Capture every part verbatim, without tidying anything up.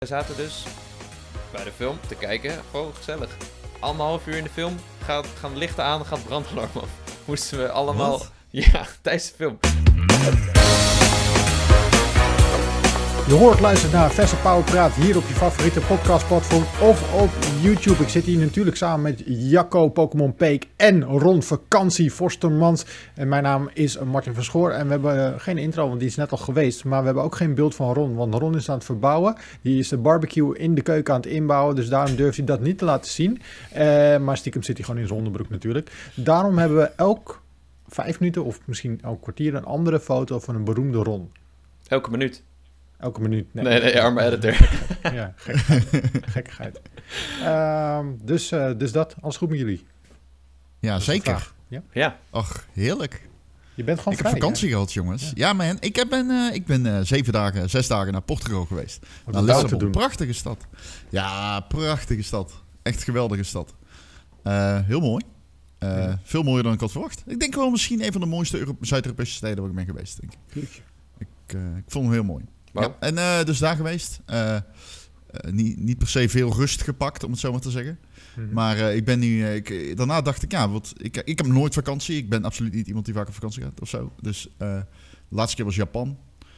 We zaten dus bij de film te kijken, gewoon gezellig. Anderhalf uur in de film, gaat, gaan de lichten aan, gaat het brandalarm af. Moesten we allemaal... Wat? Ja, tijdens de film. Je hoort luisteren naar Verse Power Praat hier op je favoriete podcastplatform of op YouTube. Ik zit hier natuurlijk samen met Jacco, Pokémon Peek en Ron Vakantie Forstermans. En mijn naam is Martin van Schoor en we hebben uh, geen intro, want die is net al geweest. Maar we hebben ook geen beeld van Ron, want Ron is aan het verbouwen. Die is de barbecue in de keuken aan het inbouwen, dus daarom durft hij dat niet te laten zien. Uh, maar stiekem zit hij gewoon in zijn onderbroek natuurlijk. Daarom hebben we elk vijf minuten of misschien elk kwartier een andere foto van een beroemde Ron. Elke minuut. Elke minuut. Nee, nee, nee arme editor. Ja, gekkigheid. gekkigheid. Uh, dus, uh, dus dat, alles goed met jullie? Ja, zeker. Ja? Ja. Ach, heerlijk. Je bent gewoon ik vrij, heb vakantie hè? gehad, jongens. Ja, ja man, ik, heb ben, uh, ik ben uh, zeven dagen, zes dagen naar Portugal geweest. Wat Naar is dat te Lissabon. doen? Prachtige stad. Ja, prachtige stad. Echt geweldige stad. Uh, heel mooi. Uh, Ja. Veel mooier dan ik had verwacht. Ik denk wel misschien een van de mooiste Euro- Zuid-Europese steden waar ik ben geweest. Denk ik. Jeetje. Ik, uh, ik vond hem heel mooi. Wow. Ja, en uh, dus daar geweest. Uh, uh, niet, niet per se veel rust gepakt, om het zo maar te zeggen. Mhm. Maar uh, ik ben nu... Uh, ik, daarna dacht ik, ja, wat, ik, ik heb nooit vakantie. Ik ben absoluut niet iemand die vaak op vakantie gaat of zo. Dus uh, de laatste keer was Japan.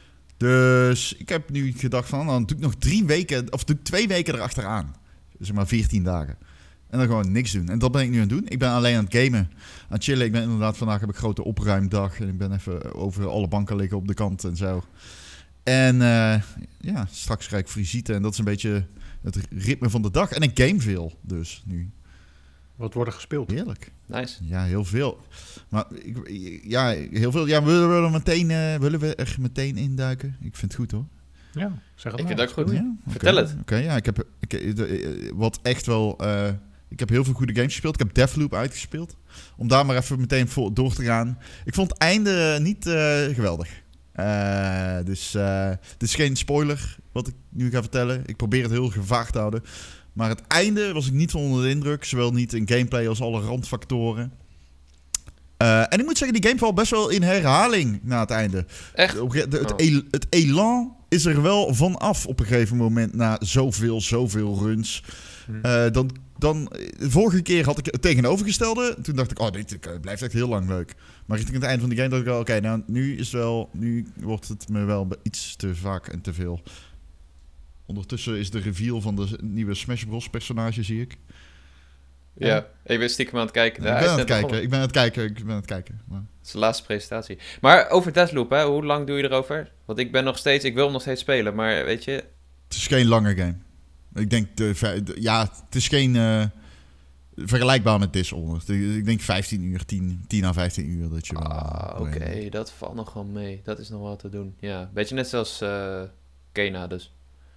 Dus ik heb nu gedacht van, nou, dan doe ik nog drie weken... Of doe ik twee weken erachteraan. Zeg maar veertien dagen. En dan gewoon niks doen. En dat ben ik nu aan het doen. Ik ben alleen aan het gamen. Aan het chillen. Ik ben inderdaad, vandaag heb ik een grote opruimdag. En ik ben even over alle banken liggen op de kant en zo. En uh, ja, straks krijg ik visite. En dat is een beetje het ritme van de dag. En ik game veel dus nu. Wat wordt er gespeeld? Heerlijk. Nice. Ja, heel veel. Maar ik, ja, heel veel. Ja, willen we er meteen, uh, willen we er meteen induiken? Ik vind het goed hoor. Ja, zeg het Ik maar. vind het ook goed. Ja, okay. Vertel het. Oké, okay, ja, ik heb ik, de, wat echt wel. Uh, ik heb heel veel goede games gespeeld. Ik heb Deathloop uitgespeeld. Om daar maar even meteen voor door te gaan. Ik vond het einde niet uh, geweldig. Uh, dus uh, dit is geen spoiler wat ik nu ga vertellen. Ik probeer het heel gevaag te houden. Maar het einde was ik niet van onder de indruk. Zowel niet in gameplay als alle randfactoren. Uh, en ik moet zeggen, die game valt best wel in herhaling na het einde. Echt? De, de, het, Oh. el, het elan is er wel vanaf op een gegeven moment na zoveel, zoveel runs. Hmm. Uh, dan, dan, de vorige keer had ik het tegenovergestelde. Toen dacht ik, oh, dit blijft echt heel lang leuk. Maar richting het eind van de game dacht ik wel, oké, okay, nou, nu is wel, nu wordt het me wel iets te vaak en te veel. Ondertussen is de reveal van de nieuwe Smash Bros. Personage, zie ik. Ja, ik ben stiekem aan het kijken. Ja, Ja, ik, hij ben is aan het net kijken, ik ben aan het kijken, ik ben aan het kijken. Maar... Het is de laatste presentatie. Maar over Deathloop, hè, hoe lang doe je erover? Want ik ben nog steeds, ik wil hem nog steeds spelen, maar weet je... Het is geen lange game. Ik denk, de, de, ja, het is geen uh, vergelijkbaar met Dishonored. Ik denk vijftien uur, tien, tien à vijftien uur dat je wel... Ah, oké, okay. Dat valt nog wel mee. Dat is nog wel te doen. Ja, beetje net zoals uh, Kena dus.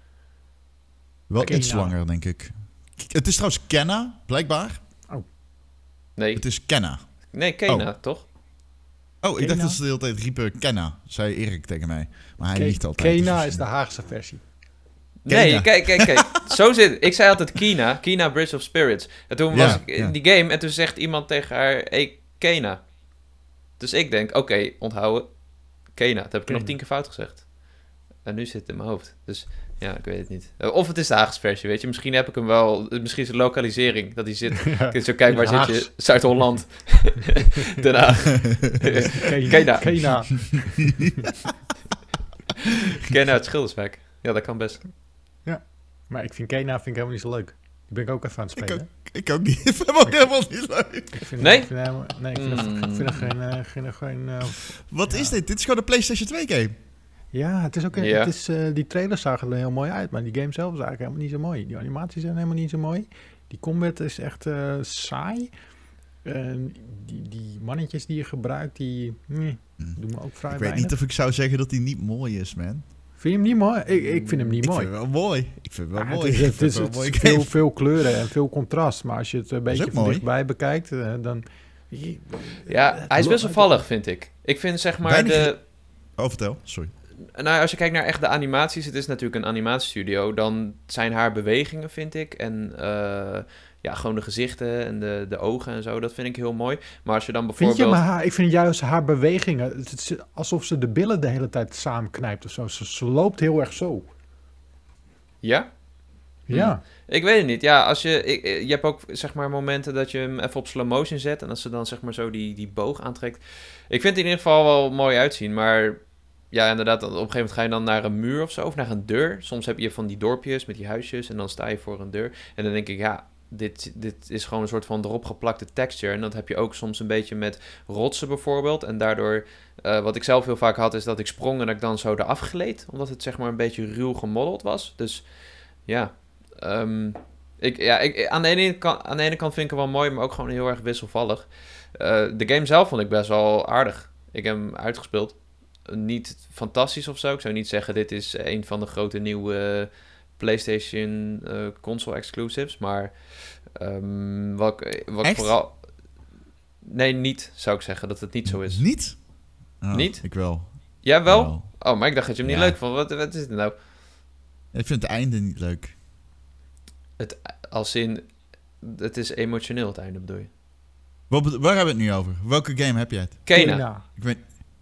Wel Kena. iets langer, denk ik. Het is trouwens Kena, blijkbaar. Oh. Nee, Het is Kena. nee Kena, Oh. toch? Oh, ik Kena? dacht dat ze de hele tijd riepen Kena, zei Erik tegen mij. Maar hij Ke- liegt altijd. Kena dus is de Haagse versie. Nee, Kena. kijk, kijk, kijk. Zo zit ik. zei altijd Kena, Kena Bridge of Spirits. En toen Ja, was ik in ja. die game en toen zegt iemand tegen haar, hey, Kena. Dus ik denk, oké, okay, onthouden, Kena. Dat heb ik Kena. nog tien keer fout gezegd. En nu zit het in mijn hoofd. Dus ja, ik weet het niet. Of het is de Haagse versie, weet je. Misschien heb ik hem wel, misschien is het lokalisering dat hij zit. Ja. Ik zo kijk, waar Haags. zit je? Zuid-Holland. Den Haag. Kena. Kena. Kena uit Schilderswijk. Ja, dat kan best. Maar ik vind Kena vind ik helemaal niet zo leuk. Die ben ik ook even aan het Ik spelen. ook, ik ook niet. Ik vind hem ook helemaal niet leuk. Ik vind, Nee? Ik vind helemaal, nee, ik vind, Mm. er, ik vind er geen... Uh, geen, uh, geen uh, Wat Ja. is dit? Dit is gewoon een PlayStation twee game. ja, het is ook... Een, Ja. het is, uh, die trailers zagen er heel mooi uit, maar die game zelf is eigenlijk helemaal niet zo mooi. Die animaties zijn helemaal niet zo mooi. Die combat is echt uh, saai. En die, die mannetjes die je gebruikt, die... Nee, doen me ook vrij Ik weet weinig. niet of ik zou zeggen dat hij niet mooi is, man. Vind je hem niet mooi? Ik, ik vind hem niet ik mooi. vind hem wel mooi. Ik vind hem wel Ja, mooi. Het is, Ik het vind is, hem het wel is mooi veel, game. veel kleuren en veel contrast. Maar als je het een beetje ook van mooi. dichtbij bekijkt, uh, dan... Ja, hij is wisselvallig, vind ik. Ik vind zeg maar Weinig- de... Oh, vertel. Sorry. Nou, als je kijkt naar echt de animaties, het is natuurlijk een animatiestudio, dan zijn haar bewegingen, vind ik, en uh, ja, gewoon de gezichten en de, de ogen en zo, dat vind ik heel mooi. Maar als je dan Vind bijvoorbeeld... je, maar haar, ik vind juist haar bewegingen, het is alsof ze de billen de hele tijd samenknijpt of zo. Ze, ze loopt heel erg zo. Ja? Ja. Ik weet het niet. Ja, als je, ik, je hebt ook zeg maar momenten dat je hem even op slow motion zet en als ze dan zeg maar zo die, die boog aantrekt. Ik vind het in ieder geval wel mooi uitzien, maar ja, inderdaad, op een gegeven moment ga je dan naar een muur of zo, of naar een deur. Soms heb je van die dorpjes met die huisjes en dan sta je voor een deur. En dan denk ik, ja, dit, dit is gewoon een soort van erop geplakte texture. En dat heb je ook soms een beetje met rotsen bijvoorbeeld. En daardoor, uh, wat ik zelf heel vaak had, is dat ik sprong en dat ik dan zo eraf gleed. Omdat het zeg maar een beetje ruw gemodeld was. Dus ja, um, ik, ja ik, aan, de ene kant, aan de ene kant vind ik het wel mooi, maar ook gewoon heel erg wisselvallig. Uh, de game zelf vond ik best wel aardig. Ik heb hem uitgespeeld. Niet fantastisch of zo. Ik zou niet zeggen, dit is een van de grote nieuwe PlayStation uh, console exclusives. Maar um, wat, wat Echt? vooral... Nee, niet, zou ik zeggen, dat het niet zo is. Niet? Oh, Niet? Ik wel. Jij wel? wel? Oh, maar ik dacht dat je hem niet Ja. leuk vond. Wat, wat is het nou? Ik vind het einde niet leuk. Het, als in... Het is emotioneel, het einde bedoel je? Wat, bedo- waar hebben we het nu over? Welke game heb jij het? Kena. Ik weet...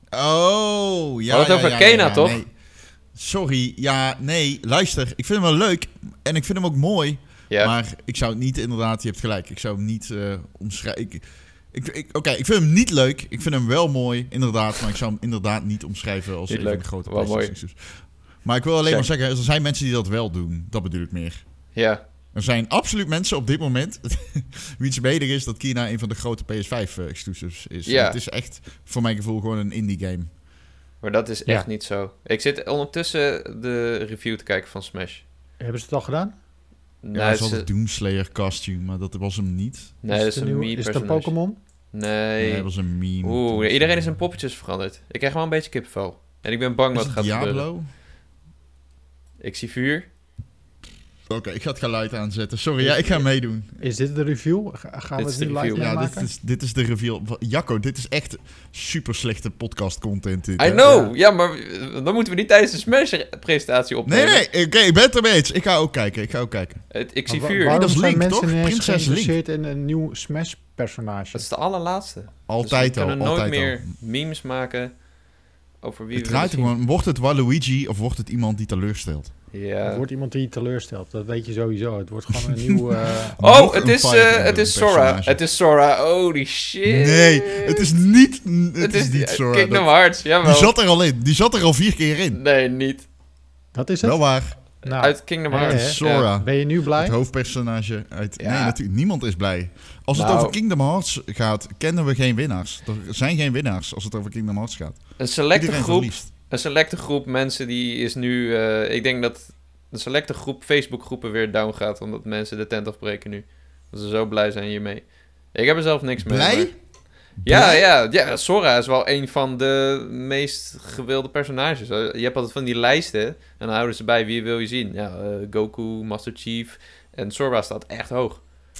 Oh, ja, We hadden het ja, over ja, Kena, ja, ja, toch? Nee. Sorry, ja, nee, luister. Ik vind hem wel leuk en ik vind hem ook mooi. Ja. Maar ik zou het niet, inderdaad, je hebt gelijk. Ik zou hem niet uh, omschrijven. Ik, ik, ik, Oké, okay, ik vind hem niet leuk. Ik vind hem wel mooi, inderdaad. Maar ik zou hem inderdaad niet omschrijven als Niet een van leuk, de grote wel mooi. PlayStation. Maar ik wil alleen Check. maar zeggen, er zijn mensen die dat wel doen. Dat bedoel ik meer. Ja. Er zijn absoluut mensen op dit moment wiens mening is dat Kena een van de grote P S vijf uh, exclusives is. Ja. Het is echt, voor mijn gevoel, gewoon een indie game. Maar dat is Ja. echt niet zo. Ik zit ondertussen de review te kijken van Smash. Hebben ze het al gedaan? Nee, Ja, het is ze- altijd Doomslayer costume, maar dat was hem niet. nee is dat is het een nieuwe- meme Is het een personage. Pokémon? Nee. Nee, dat was een meme. Oeh, iedereen is in poppetjes veranderd. Ik krijg wel een beetje kippenvel. En ik ben bang Is wat het gaat gebeuren. Diablo? Ik zie vuur. Oké, ik ga het geluid aanzetten. Sorry, ja, ik ga meedoen. Is dit de review? Ga- Gaan Dit we is het de nu live review. Ja, meemaken? dit is, dit is de reveal. Jacco, dit is echt super slechte podcast content. Dit, I hè? know. Ja. maar uh, dan moeten we niet tijdens de Smash-presentatie opnemen. Nee, nee, oké, ik ben het ermee eens. Ik ga ook kijken, ik ga ook kijken. Het- ik zie Maar wa- vuur. Waarom dat is zijn Link, mensen toch? ineens Prinses Link. geïnteresseerd in een nieuw Smash-personage? Dat is de allerlaatste. Altijd dus we al, kunnen nooit altijd meer al. memes maken over wie Het we draait er willen gewoon, wordt het Waluigi of wordt het iemand die teleurstelt? zien. Het Ja. wordt iemand die je teleurstelt, dat weet je sowieso. Het wordt gewoon een nieuw... eh, Oh, Nog het een is, Fire eh, Emblem het is Sora. personage. Het is Sora. Holy shit. Nee, het is niet, het Het is is niet Sora. Kingdom Dat- Hearts, jawel. Die zat er al in. Die zat er al vier keer in. Nee, niet. dat is het? Wel waar. Nou, Uit Kingdom hè, Hearts. hè? Sora. ben je nu blij? Het hoofdpersonage uit... Ja. Nee, natuurlijk. Niemand is blij. Als het Nou. over Kingdom Hearts gaat, kennen we geen winnaars. Er zijn geen winnaars als het over Kingdom Hearts gaat. Een selecte Iedereen groep, verliest. een selecte groep mensen die is nu... eh, ik denk dat een selecte groep Facebook-groepen weer down gaat, omdat mensen de tent afbreken nu. Dat ze zo blij zijn hiermee. Ik heb er zelf niks mee. Blij? maar- Ja, ja, ja, Sora is wel een van de meest gewilde personages. Je hebt altijd van die lijsten en dan houden ze bij wie wil je zien. Ja, eh, Goku, Master Chief en Sora staat echt hoog.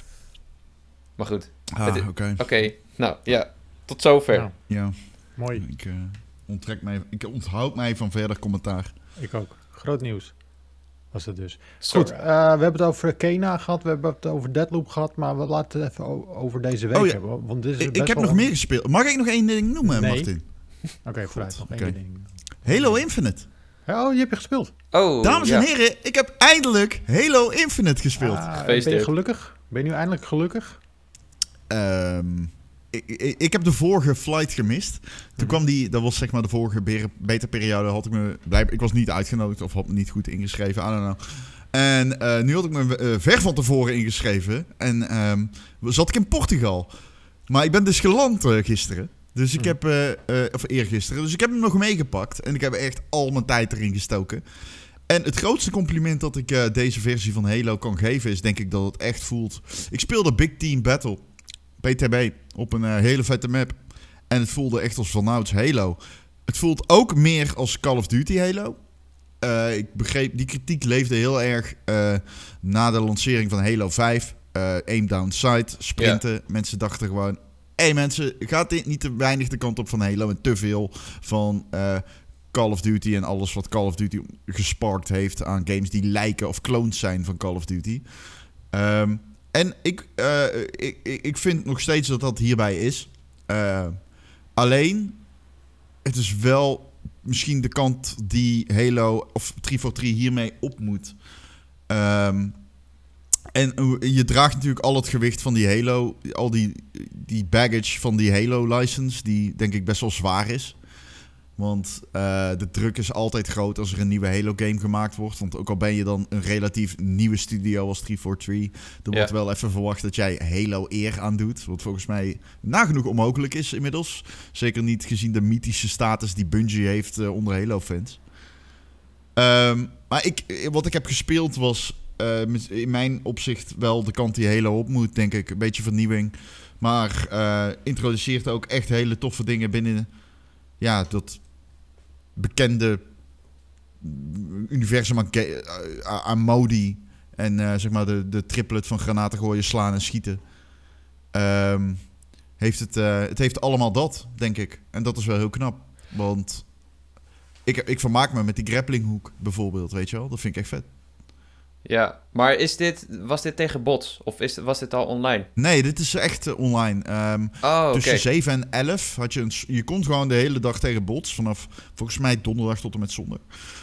Maar goed, Ah, Het- oké. oké. Nou, ja, tot zover. Ja, Ja, mooi. ik, uh, onttrek mij, ik onthoud mij van verder commentaar. Ik ook. Groot nieuws was het dus. Sora. Goed, eh, we hebben het over Kena gehad, we hebben het over Deathloop gehad, maar we laten het even o- over deze week Oh ja. hebben. Want dit is Ik, best ik heb wel nog een- meer gespeeld. Mag ik nog één ding noemen, Nee. Martin? Oké, vooruit. Nog één oké. ding. Halo Infinite. Oh, die heb je gespeeld. Oh, Dames ja. en heren, ik heb eindelijk Halo Infinite gespeeld. Ah, ben je Gefeliciteerd. gelukkig? Ben je nu eindelijk gelukkig? Ehm, ik, ik, ik heb de vorige flight gemist. Toen Mhm. kwam die, dat was zeg maar de vorige be- beta-periode, had ik me, blijf, ik was niet uitgenodigd of had me niet goed ingeschreven, I don't know. En eh, nu had ik me eh, ver van tevoren ingeschreven en ehm, zat ik in Portugal. Maar ik ben dus geland eh, gisteren. Dus ik Mhm. heb, eh, eh, of eergisteren, dus ik heb hem nog meegepakt. En ik heb echt al mijn tijd erin gestoken. En het grootste compliment dat ik eh, deze versie van Halo kan geven is denk ik dat het echt voelt. Ik speelde Big Team Battle, B T B, op een eh, hele vette map. En het voelde echt als vanouds Halo. Het voelt ook meer als Call of Duty Halo. Uh, ik begreep, die kritiek leefde heel erg uh, na de lancering van Halo vijf. Uh, aim down sight, sprinten. Ja. Mensen dachten gewoon, hé hey mensen, gaat dit niet te weinig de kant op van Halo en te veel van uh, Call of Duty en alles wat Call of Duty gesparkt heeft aan games die lijken of clones zijn van Call of Duty. Um, en ik, uh, ik, ik vind nog steeds dat dat hierbij is. Uh, alleen, het is wel misschien de kant die Halo of drie voor drie hiermee op moet. Um, En je draagt natuurlijk al het gewicht van die Halo, al die, die baggage van die Halo-license, die denk ik best wel zwaar is. Want uh, de druk is altijd groot als er een nieuwe Halo-game gemaakt wordt. Want ook al ben je dan een relatief nieuwe studio als drie vier drie... er wordt ja. wel even verwacht dat jij Halo eer aan doet. Wat volgens mij nagenoeg onmogelijk is inmiddels. Zeker niet gezien de mythische status die Bungie heeft uh, onder Halo-fans. Um, maar ik, wat ik heb gespeeld was uh, in mijn opzicht wel de kant die Halo op moet, denk ik. Een beetje vernieuwing. Maar uh, introduceert ook echt hele toffe dingen binnen ja, dat bekende universum aan, aan modi. En uh, zeg maar de, de triplet van granaten gooien, slaan en schieten. Um, heeft het, uh, het heeft allemaal dat, denk ik. En dat is wel heel knap. Want ik, ik vermaak me met die grapplinghoek bijvoorbeeld, weet je wel. Dat vind ik echt vet. Ja, maar is dit, was dit tegen bots? Of is, was dit al online? Nee, dit is echt uh, online. Um, oh, tussen okay. zeven en elf had je een... Je kon gewoon de hele dag tegen bots. Vanaf volgens mij donderdag tot en met zondag.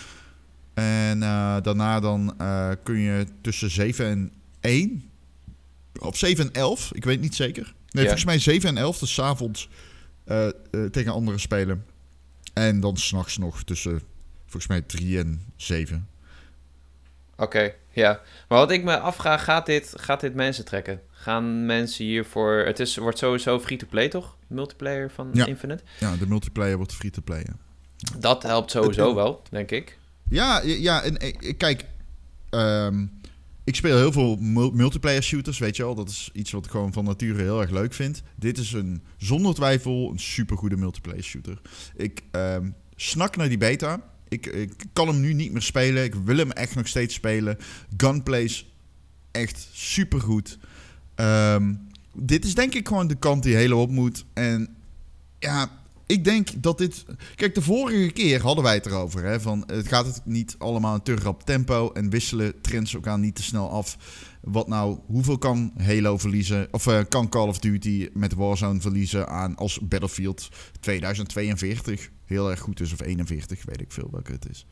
En uh, daarna dan uh, kun je tussen zeven en één... Of zeven en elf, ik weet niet zeker. Nee, ja. volgens mij zeven en elf, dus 's avonds uh, uh, tegen anderen spelen. En dan 's nachts nog tussen volgens mij drie en zeven. Oké, okay, ja. Maar wat ik me afvraag, gaat dit, gaat dit mensen trekken? Gaan mensen hiervoor... Het is, wordt sowieso free-to-play, toch? Multiplayer van ja. Infinite? Ja, de multiplayer wordt free-to-play, ja. Dat helpt sowieso het, wel, denk ik. Ja, ja en, en kijk... Um, ik speel heel veel multiplayer shooters, weet je wel. Dat is iets wat ik gewoon van nature heel erg leuk vind. Dit is een, zonder twijfel een supergoede multiplayer shooter. Ik um, snak naar die beta... Ik, ik kan hem nu niet meer spelen. Ik wil hem echt nog steeds spelen. Gunplay is echt supergoed. Um, dit is denk ik gewoon de kant die Halo op moet. En ja, ik denk dat dit... Kijk, de vorige keer hadden wij het erover. Hè, van, het gaat het niet allemaal een te rap tempo. En wisselen trends elkaar niet te snel af. Wat nou, hoeveel kan Halo verliezen? Of uh, kan Call of Duty met Warzone verliezen aan als Battlefield tweeduizend tweeënveertig heel erg goed is, of eenenveertig, weet ik veel welke het is.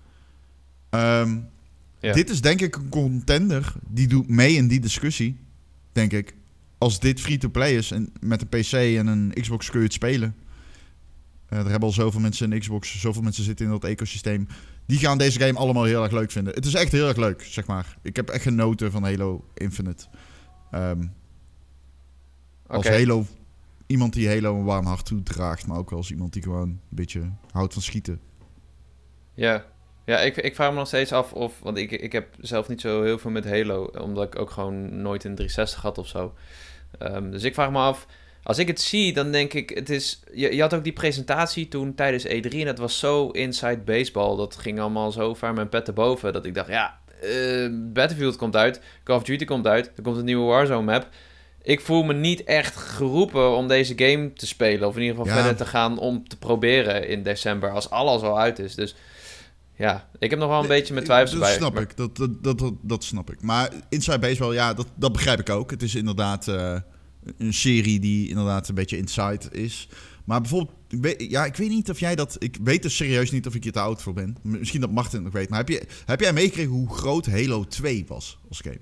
Um, ja. Dit is denk ik een contender die doet mee in die discussie, denk ik. Als dit free-to-play is en met een P C en een Xbox kun je het spelen. Uh, er hebben al zoveel mensen een Xbox, zoveel mensen zitten in dat ecosysteem. Die gaan deze game allemaal heel erg leuk vinden. Het is echt heel erg leuk, zeg maar. Ik heb echt genoten van Halo Infinite. Um, als okay. Halo... Iemand die Halo een warm hart toedraagt, maar ook als iemand die gewoon een beetje houdt van schieten. Ja, ja ik, ik vraag me nog steeds af of... Want ik, ik heb zelf niet zo heel veel met Halo, omdat ik ook gewoon nooit een driehonderdzestig had of zo. Um, dus ik vraag me af... Als ik het zie, dan denk ik... Het is, je, je had ook die presentatie toen tijdens E drie en het was zo inside baseball. Dat ging allemaal zo ver mijn pet erboven. Dat ik dacht, ja, uh, Battlefield komt uit, Call of Duty komt uit, er komt een nieuwe Warzone map... Ik voel me niet echt geroepen om deze game te spelen. Of in ieder geval ja. verder te gaan om te proberen in december. Als alles al uit is. Dus ja, ik heb nog wel een nee, beetje met twijfels bij. Dat snap maar... ik. Dat, dat, dat, dat, dat snap ik. Maar Inside Baseball, ja, dat, dat begrijp ik ook. Het is inderdaad uh, een serie die inderdaad een beetje inside is. Maar bijvoorbeeld, ja, ik weet niet of jij dat... Ik weet dus serieus niet of ik hier te oud voor ben. Misschien dat Martin het nog weet. Maar heb, je, heb jij meegekregen hoe groot Halo twee was als game?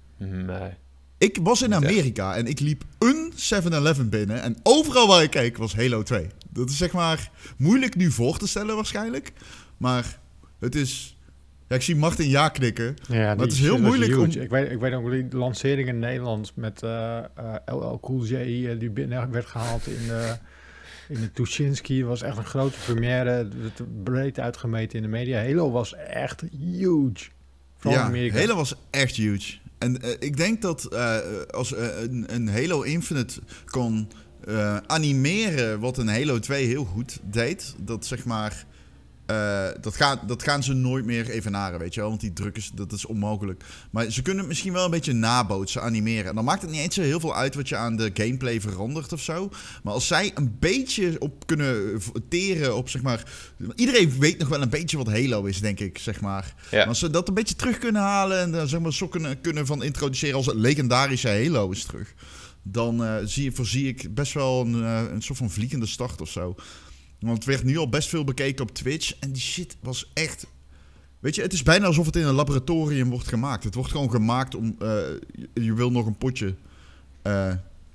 Nee. Ik was in Amerika en ik liep een seven eleven binnen en overal waar ik keek was Halo twee. Dat is zeg maar moeilijk nu voor te stellen waarschijnlijk, maar het is... Ja, ik zie Martin ja knikken, ja, maar het is heel moeilijk om... Ik weet, ik weet ook die lancering in Nederland met uh, uh, L L Cool J uh, die binnen werd gehaald in de, in de Tuschinski. Het was echt een grote première, het breed uitgemeten in de media. Halo was echt huge. Vooral ja, in Amerika. Halo was echt huge. En uh, ik denk dat uh, als uh, een, een Halo Infinite kon uh, animeren wat een Halo twee heel goed deed, dat zeg maar, uh, dat, gaat, dat gaan ze nooit meer evenaren, weet je wel, want die druk is, dat is onmogelijk. Maar ze kunnen het misschien wel een beetje nabootsen, animeren. En dan maakt het niet eens zo heel veel uit wat je aan de gameplay verandert of zo. Maar als zij een beetje op kunnen teren op, zeg maar, iedereen weet nog wel een beetje wat Halo is, denk ik, zeg maar. Ja. Maar als ze dat een beetje terug kunnen halen en uh, zeg maar zo kunnen, kunnen van introduceren als het legendarische Halo is terug, dan uh, zie, voorzie ik best wel een, uh, een soort van vliegende start of zo. Want het werd nu al best veel bekeken op Twitch en die shit was echt Weet je, het is bijna alsof het in een laboratorium wordt gemaakt. Het wordt gewoon gemaakt om... Uh, je, je wil nog een potje... Uh,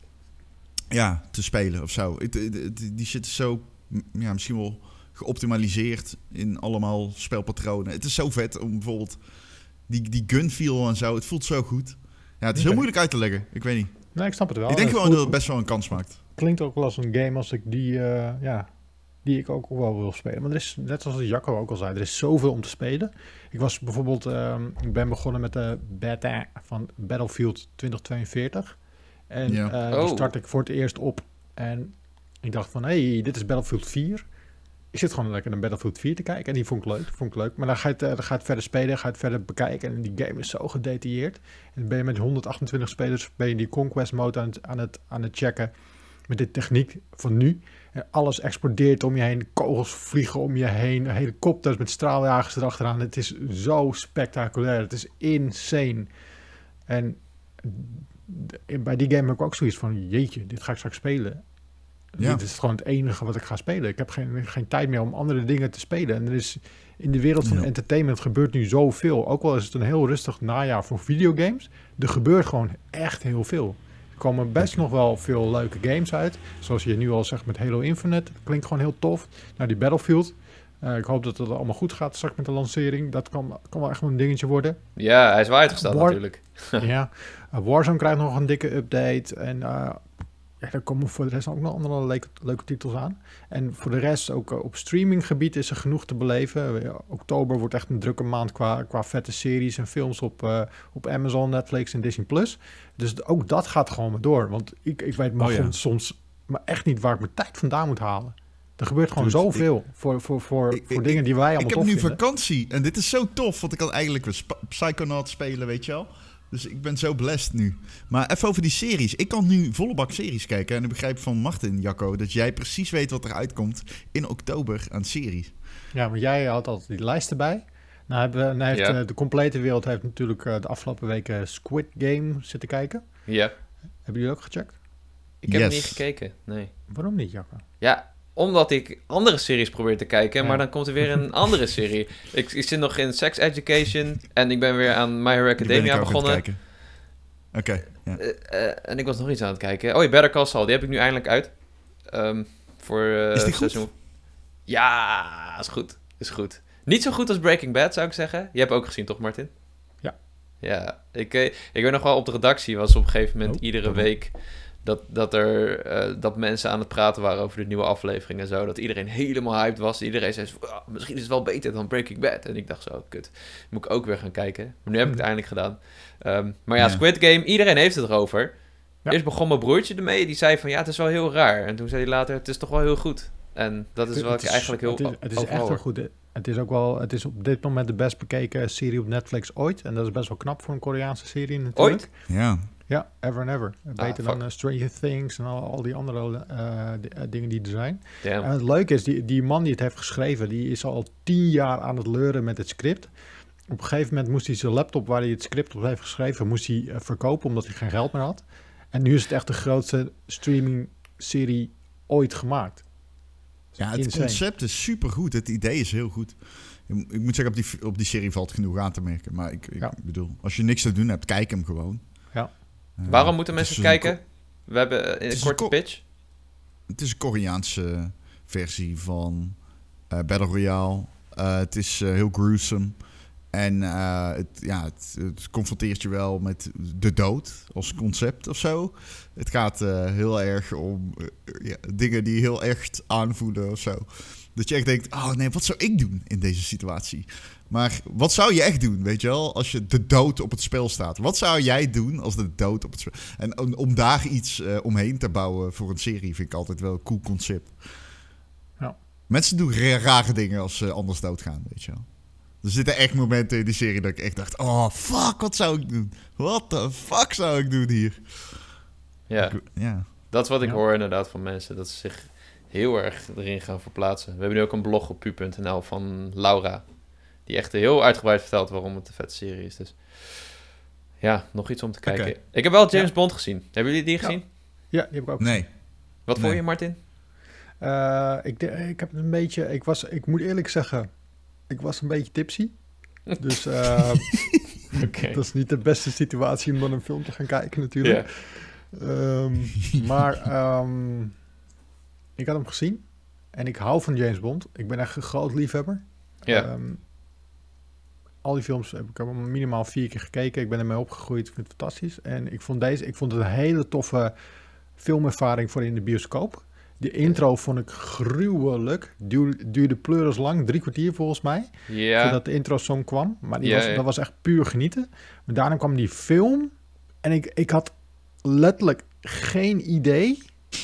ja, te spelen of zo. Het, het, het, die shit is zo... Ja, misschien wel geoptimaliseerd in allemaal spelpatronen. Het is zo vet om bijvoorbeeld... Die, die gun feel en zo. Het voelt zo goed. Ja, het is heel moeilijk uit te leggen. Ik weet niet. Nee, ik snap het wel. Ik denk het gewoon voelt, dat het best wel een kans maakt. Klinkt ook wel als een game als ik die... Uh, ja... die ik ook wel wil spelen. Maar er is, net zoals Jacco ook al zei, er is zoveel om te spelen. Ik was bijvoorbeeld, um, ik ben begonnen met de beta van Battlefield twintig tweeënveertig. En ja. uh, oh. die start ik voor het eerst op. En ik dacht van, hé, hey, dit is Battlefield vier. Ik zit gewoon lekker naar Battlefield vier te kijken. En die vond ik leuk, vond ik leuk. Maar dan ga je het, uh, dan ga je het verder spelen, ga je het verder bekijken. En die game is zo gedetailleerd. En dan ben je met honderdachtentwintig spelers, ben je die Conquest mode aan het, aan het, aan het checken. Met de techniek van nu. En alles explodeert om je heen. Kogels vliegen om je heen. Helikopters met straaljagers erachteraan. Het is zo spectaculair. Het is insane. En bij die game heb ik ook zoiets van... Jeetje, dit ga ik straks spelen. Ja. Dit is gewoon het enige wat ik ga spelen. Ik heb geen, geen tijd meer om andere dingen te spelen. En er is in de wereld van ja. entertainment gebeurt nu zoveel. Ook al is het een heel rustig najaar voor videogames. Er gebeurt gewoon echt heel veel. Er komen best nog wel veel leuke games uit. Zoals je nu al zegt met Halo Infinite. Dat klinkt gewoon heel tof. Nou, die Battlefield. Uh, ik hoop dat het allemaal goed gaat straks met de lancering. Dat kan, kan wel echt wel een dingetje worden. Ja, hij is wel uitgesteld War- natuurlijk. ja, uh, Warzone krijgt nog een dikke update. En uh, ja, er komen voor de rest ook nog andere leuke, leuke titels aan. En voor de rest, ook uh, op streaminggebied is er genoeg te beleven. Uh, oktober wordt echt een drukke maand qua, qua vette series en films op, uh, op Amazon, Netflix en Disney plus. Dus ook dat gaat gewoon maar door. Want ik, ik weet maar oh, ja. soms maar echt niet waar ik mijn tijd vandaan moet halen. Er gebeurt gewoon Dude, zoveel ik, voor, voor, voor, ik, voor ik, dingen die wij allemaal tof vinden. Ik heb nu vinden. vakantie en dit is zo tof, want ik kan eigenlijk weer Sp- Psychonauts spelen, weet je wel. Dus ik ben zo blessed nu. Maar even over die series. Ik kan nu volle bak series kijken. En ik begrijp van Martin, Jacco, dat jij precies weet wat er uitkomt in oktober aan series. Ja, maar jij had altijd die lijst erbij. Nou, hebben, nou heeft ja. uh, de complete wereld heeft natuurlijk uh, de afgelopen weken Squid Game zitten kijken. Ja. Hebben jullie ook gecheckt? Ik heb yes. niet gekeken, nee. Waarom niet, Jacco? Ja, omdat ik andere series probeer te kijken, ja. maar dan komt er weer een andere serie. Ik, ik zit nog in Sex Education en ik ben weer aan My Hero Academia begonnen. Oké. Okay, ja. uh, uh, en ik was nog iets aan het kijken. Oh, ja, Better Call Saul, die heb ik nu eindelijk uit. Um, voor, uh, is die goed? seizoen... Ja, is goed. Is goed. Niet zo goed als Breaking Bad, zou ik zeggen. Je hebt ook gezien, toch, Martin? Ja. Ja, ik, ik weet nog wel, op de redactie was op een gegeven moment oh, iedere week... Dat, dat, er, uh, dat mensen aan het praten waren over de nieuwe aflevering en zo. Dat iedereen helemaal hyped was. Iedereen zei, oh, misschien is het wel beter dan Breaking Bad. En ik dacht zo, kut, moet ik ook weer gaan kijken. Maar nu heb ik het eindelijk gedaan. Um, maar ja, ja, Squid Game, iedereen heeft het erover. Ja. Eerst begon mijn broertje ermee. Die zei van, ja, het is wel heel raar. En toen zei hij later, het is toch wel heel goed. En dat is wat ik eigenlijk heel... Het is, het is echt wel goed. Het is ook wel, het is op dit moment de best bekeken serie op Netflix ooit. En dat is best wel knap voor een Koreaanse serie natuurlijk. Ooit? Ja. Ja, ever and ever. Beter ah, dan uh, Stranger Things en al, al die andere uh, d- uh, dingen die er zijn. Damn. En het leuke is, die, die man die het heeft geschreven, die is al tien jaar aan het leuren met het script. Op een gegeven moment moest hij zijn laptop waar hij het script op heeft geschreven, moest hij uh, verkopen omdat hij geen geld meer had. En nu is het echt de grootste streaming serie ooit gemaakt. Ja, het Insane. Concept is supergoed. Het idee is heel goed. Ik moet zeggen, op die, op die serie valt genoeg aan te merken. Maar ik, ik ja. bedoel, als je niks te doen hebt, kijk hem gewoon. Ja. Uh, Waarom moeten mensen kijken? Co- We hebben een korte een ko- pitch. Het is een Koreaanse versie van uh, Battle Royale. Uh, het is uh, heel gruesome. En uh, het, ja, het, het confronteert je wel met de dood als concept of zo. Het gaat uh, heel erg om uh, ja, dingen die heel echt aanvoelen of zo. Dat je echt denkt, oh nee, wat zou ik doen in deze situatie? Maar wat zou je echt doen, weet je wel, als je de dood op het spel staat? Wat zou jij doen als de dood op het spel... En om, om daar iets uh, omheen te bouwen voor een serie vind ik altijd wel een cool concept. Ja. Mensen doen ra- rare dingen als ze anders doodgaan, weet je wel. Er zitten echt momenten in die serie dat ik echt dacht, oh fuck, wat zou ik doen? Wat de fuck zou ik doen hier? Ja, ik, ja. dat is wat ik ja. hoor inderdaad van mensen, dat ze zich heel erg erin gaan verplaatsen. We hebben nu ook een blog op pu punt n l van Laura, die echt heel uitgebreid vertelt waarom het een vette serie is. Dus ja, nog iets om te kijken. Okay. Ik heb wel James ja. Bond gezien. Hebben jullie die gezien? Ja, ja die heb ik ook nee. gezien. Wat nee. vond je, Martin? Uh, ik, de, ik heb het een beetje... Ik, was, ik moet eerlijk zeggen, ik was een beetje tipsy. Dus uh, okay. dat is niet de beste situatie om dan een film te gaan kijken natuurlijk. Yeah. Um, maar um, ik had hem gezien. En ik hou van James Bond. Ik ben echt een groot liefhebber. Ja. Yeah. Um, al die films heb ik minimaal vier keer gekeken. Ik ben ermee opgegroeid. Ik vind het fantastisch. En ik vond deze, ik vond het een hele toffe filmervaring voor in de bioscoop. De intro vond ik gruwelijk. Duurde, duurde pleuris lang. Drie kwartier volgens mij. Ja. Voordat de intro-song kwam. Maar die Ja, was, ja. dat was echt puur genieten. Maar daarna kwam die film. En ik, ik had letterlijk geen idee